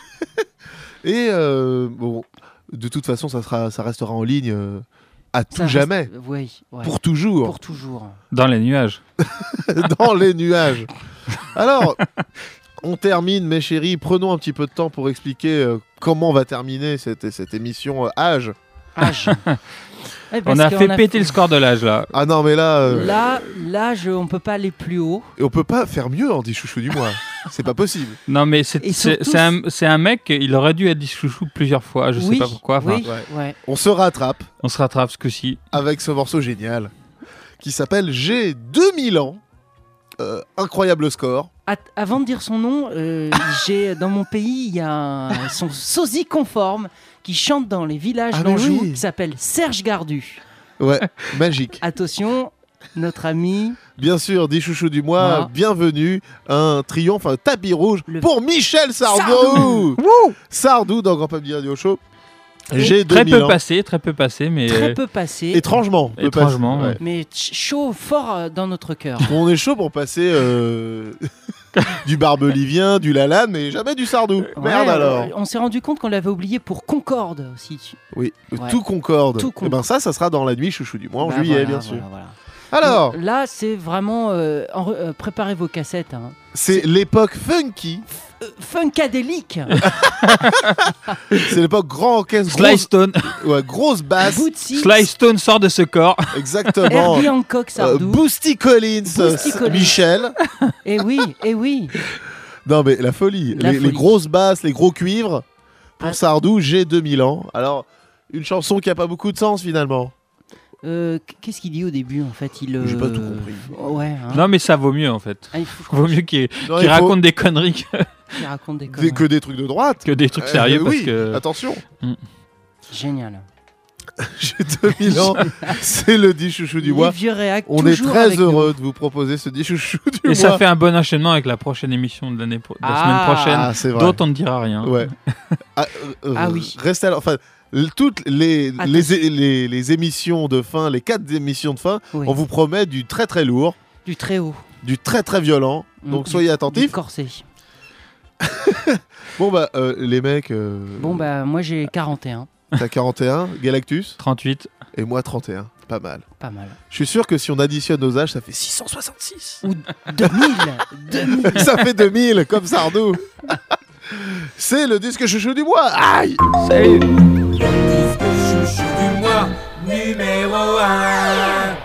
S2: Et euh, bon, de toute façon, ça sera, ça restera en ligne. Euh, À tout reste... jamais.
S3: Oui, ouais.
S2: Pour toujours.
S3: Pour toujours.
S4: Dans les nuages.
S2: Dans les nuages. Alors, on termine, mes chéris. Prenons un petit peu de temps pour expliquer euh, comment on va terminer cette, cette émission euh, Âge.
S3: Âge. Ouais, parce
S4: On a
S3: qu'on
S4: fait
S3: a
S4: péter
S3: fait-
S4: le score de l'âge là.
S2: Ah non, mais là, euh,
S3: Là, là, je, on peut pas aller plus haut.
S2: et on peut pas faire mieux en dit chouchou du mois. C'est pas possible.
S4: Non mais c'est
S3: Et
S4: c'est
S3: surtout-
S4: c'est un, c'est un mec, il aurait dû être dit chouchou plusieurs fois, je
S3: Oui,
S4: sais pas pourquoi. Enfin,
S3: oui, ouais.
S2: On se rattrape
S4: On se rattrape ce coup-ci.
S2: avec ce morceau génial qui s'appelle J'ai deux mille ans. Euh, incroyable score.
S3: At- avant de dire son nom, euh, j'ai dans mon pays, il y a un- son sosie conforme qui chante dans les villages
S2: Ah, mais
S3: d'Anjou,
S2: oui.
S3: qui s'appelle Serge Gardu.
S2: Ouais, magique.
S3: Attention, notre ami.
S2: Bien sûr, dit chouchou du mois,
S3: Voilà.
S2: bienvenue, un triomphe, un tapis rouge
S3: Le-
S2: pour Michel Sardou.
S3: Sardou.
S2: Sardou dans Grand Pub Radio Show. J'ai
S4: Très
S2: deux mille
S4: peu
S2: ans.
S4: passé, très peu passé, mais
S3: Très peu passé,
S2: Étrangement. peu
S4: Étrangement,
S2: passé,
S4: ouais.
S3: mais ch- chaud, fort euh, dans notre cœur.
S2: On est chaud pour passer euh, du barbelivien, du lalanne, mais jamais du Sardou. Merde
S3: Ouais,
S2: alors.
S3: euh, On s'est rendu compte qu'on l'avait oublié pour Concorde aussi.
S2: Oui,
S3: Ouais.
S2: tout concorde.
S3: Tout
S2: Et
S3: concorde.
S2: ben ça, ça sera dans la nuit chouchou du mois en
S3: Bah
S2: juillet,
S3: voilà,
S2: bien
S3: voilà,
S2: sûr.
S3: voilà.
S2: Alors,
S3: Donc, là, c'est vraiment. euh, en- euh, préparez vos cassettes. Hein.
S2: c'est l'époque funky.
S3: Euh, Funkadélique.
S2: C'est l'époque grand orchestre.
S4: Sly
S2: grosse-
S4: Stone,
S2: Ouais, grosse basse.
S3: Bootsy.
S4: Sly Stone sort de ce corps.
S2: Exactement.
S3: Herbie Hancock
S2: Euh,
S3: Sardou.
S2: Boosty Collins,
S3: Boosty
S2: euh,
S3: Collins.
S2: Michel.
S3: Et oui, et oui.
S2: Non mais la folie.
S3: La
S2: les, les
S3: folie.
S2: grosses basses, les gros cuivres. Pour
S3: Ah.
S2: Sardou, j'ai deux mille ans. Alors, une chanson qui a pas beaucoup de sens finalement.
S3: Euh, Qu'est-ce qu'il dit au début en fait il,
S2: J'ai
S3: euh,
S2: pas tout compris.
S3: Ouais. Hein.
S4: Non mais ça vaut mieux en fait.
S3: Ah, il faut
S4: Vaut mieux qu'il
S2: Non,
S4: qu'il
S2: il faut-
S4: raconte des conneries que,
S3: qu'il raconte des
S2: Des-
S3: conneries.
S2: que des trucs de droite.
S4: que des trucs
S2: Euh,
S4: sérieux parce
S2: oui,
S4: que.
S2: attention.
S3: Génial.
S2: J'ai deux mille ans. C'est le dit chouchou du
S3: Les
S2: mois.
S3: vieux réacs,
S2: On est
S3: toujours
S2: très
S3: avec nous.
S2: heureux de vous proposer ce dit chouchou du
S4: Et
S2: mois.
S4: ça fait un bon enchaînement avec la prochaine émission de l'année pro- de la
S3: Ah.
S4: semaine prochaine,
S2: Ah, c'est vrai.
S4: dont on ne dira rien.
S2: Ouais. ah, euh,
S3: Ah oui.
S2: Restez alors. Enfin, l- toutes les,
S3: Attention.
S2: les, les, les émissions de fin, les quatre émissions de fin,
S3: Oui.
S2: on vous promet du très très lourd,
S3: Du très haut.
S2: du très très violent. Donc
S3: Mm,
S2: soyez
S3: du-
S2: attentifs.
S3: Du corset.
S2: Bon bah euh, les mecs, euh,
S3: Bon bah moi j'ai quarante et un.
S2: t'as quarante et un, Galactus,
S4: trente-huit.
S2: et moi trente et un. Pas mal.
S3: Pas mal.
S2: Je suis sûr que si on additionne nos âges, ça fait six cent soixante-six.
S3: Ou deux mille. deux mille.
S2: Ça fait deux mille, comme Sardou. C'est le disque chouchou du mois. Aïe.
S4: Salut.
S11: Chouchou du mois, numéro un.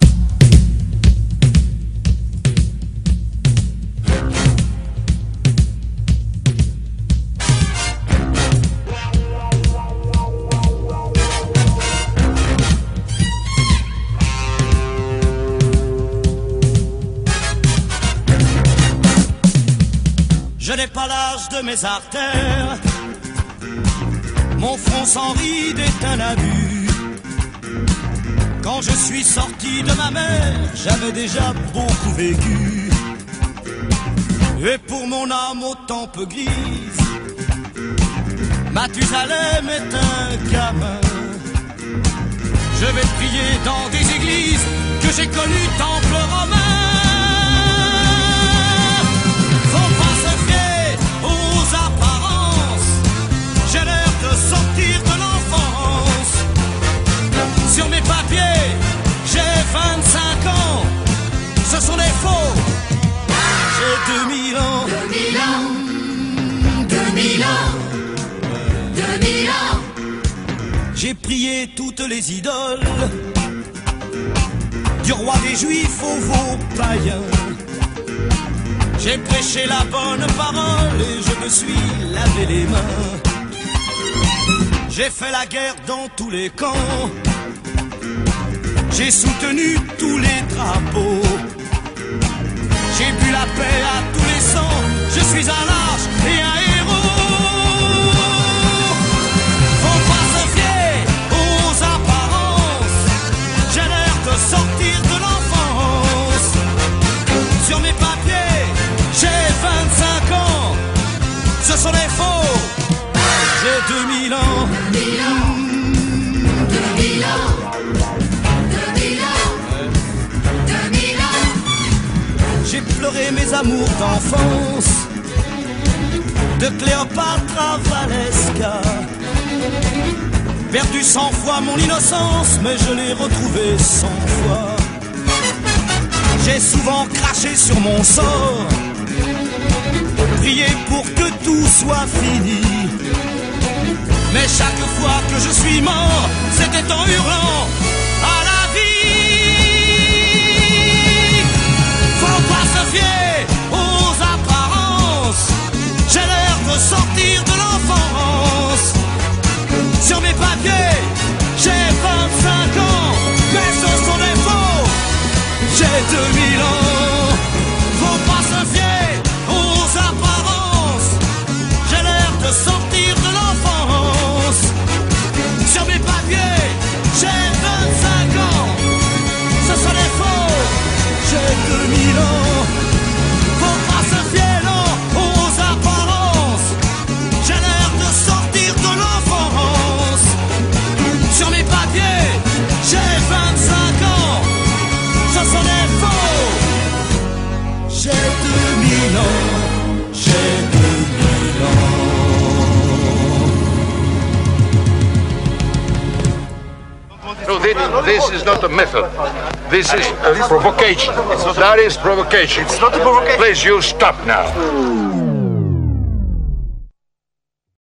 S19: Je n'ai pas l'âge de mes artères, mon front sans ride est un abus. Quand je suis sorti de ma mère, j'avais déjà beaucoup vécu. Et pour mon âme autant peu grise, Mathusalem est un gamin. Je vais prier dans des églises que j'ai connues temple romain. Faut pas se fier aux apparences, j'ai l'air de sortir de l'enfance. Sur mes papiers, j'ai vingt-cinq ans, ce sont des faux. J'ai deux mille ans,
S6: deux mille ans, deux mille ans, deux mille ans.
S19: j'ai prié toutes les idoles, du roi des juifs aux veaux païens. J'ai prêché la bonne parole et je me suis lavé les mains. J'ai fait la guerre dans tous les camps, j'ai soutenu tous les drapeaux. J'ai bu la paix à tous les sangs, je suis un lâche et un héros. Faut pas se fier aux apparences, j'ai l'air de sortir de l'enfance. Sur mes papiers, j'ai vingt-cinq ans, ce sont des faux. J'ai deux mille ans,
S6: deux mille ans, deux mille ans, deux mille ans, deux mille ans.
S19: j'ai pleuré mes amours d'enfance, de Cléopâtre à Valeska. Perdu cent fois mon innocence, mais je l'ai retrouvée cent fois. J'ai souvent craché sur mon sort, prié pour que tout soit fini. Mais chaque fois que je suis mort, c'était en hurlant à la vie. Faut pas se fier aux apparences. J'ai l'air de sortir de l'enfance. Sur mes papiers, j'ai vingt-cinq ans, mais ce sont des faux. J'ai deux mille ans. Faut pas se fier aux apparences. J'ai l'air de sortir de l'enfance. Sur mes papiers, j'ai vingt-cinq ans. Ce sont des faux. J'ai deux mille ans. Faut pas se fier non aux apparences. J'ai l'air de sortir de l'enfance. Sur mes papiers, j'ai vingt-cinq ans. Ce sont des faux. J'ai deux mille ans. J'ai deux mille ans.
S20: No, this, this is not a method. This is a provocation. That is provocation. It's not a provocation. Please, you stop now.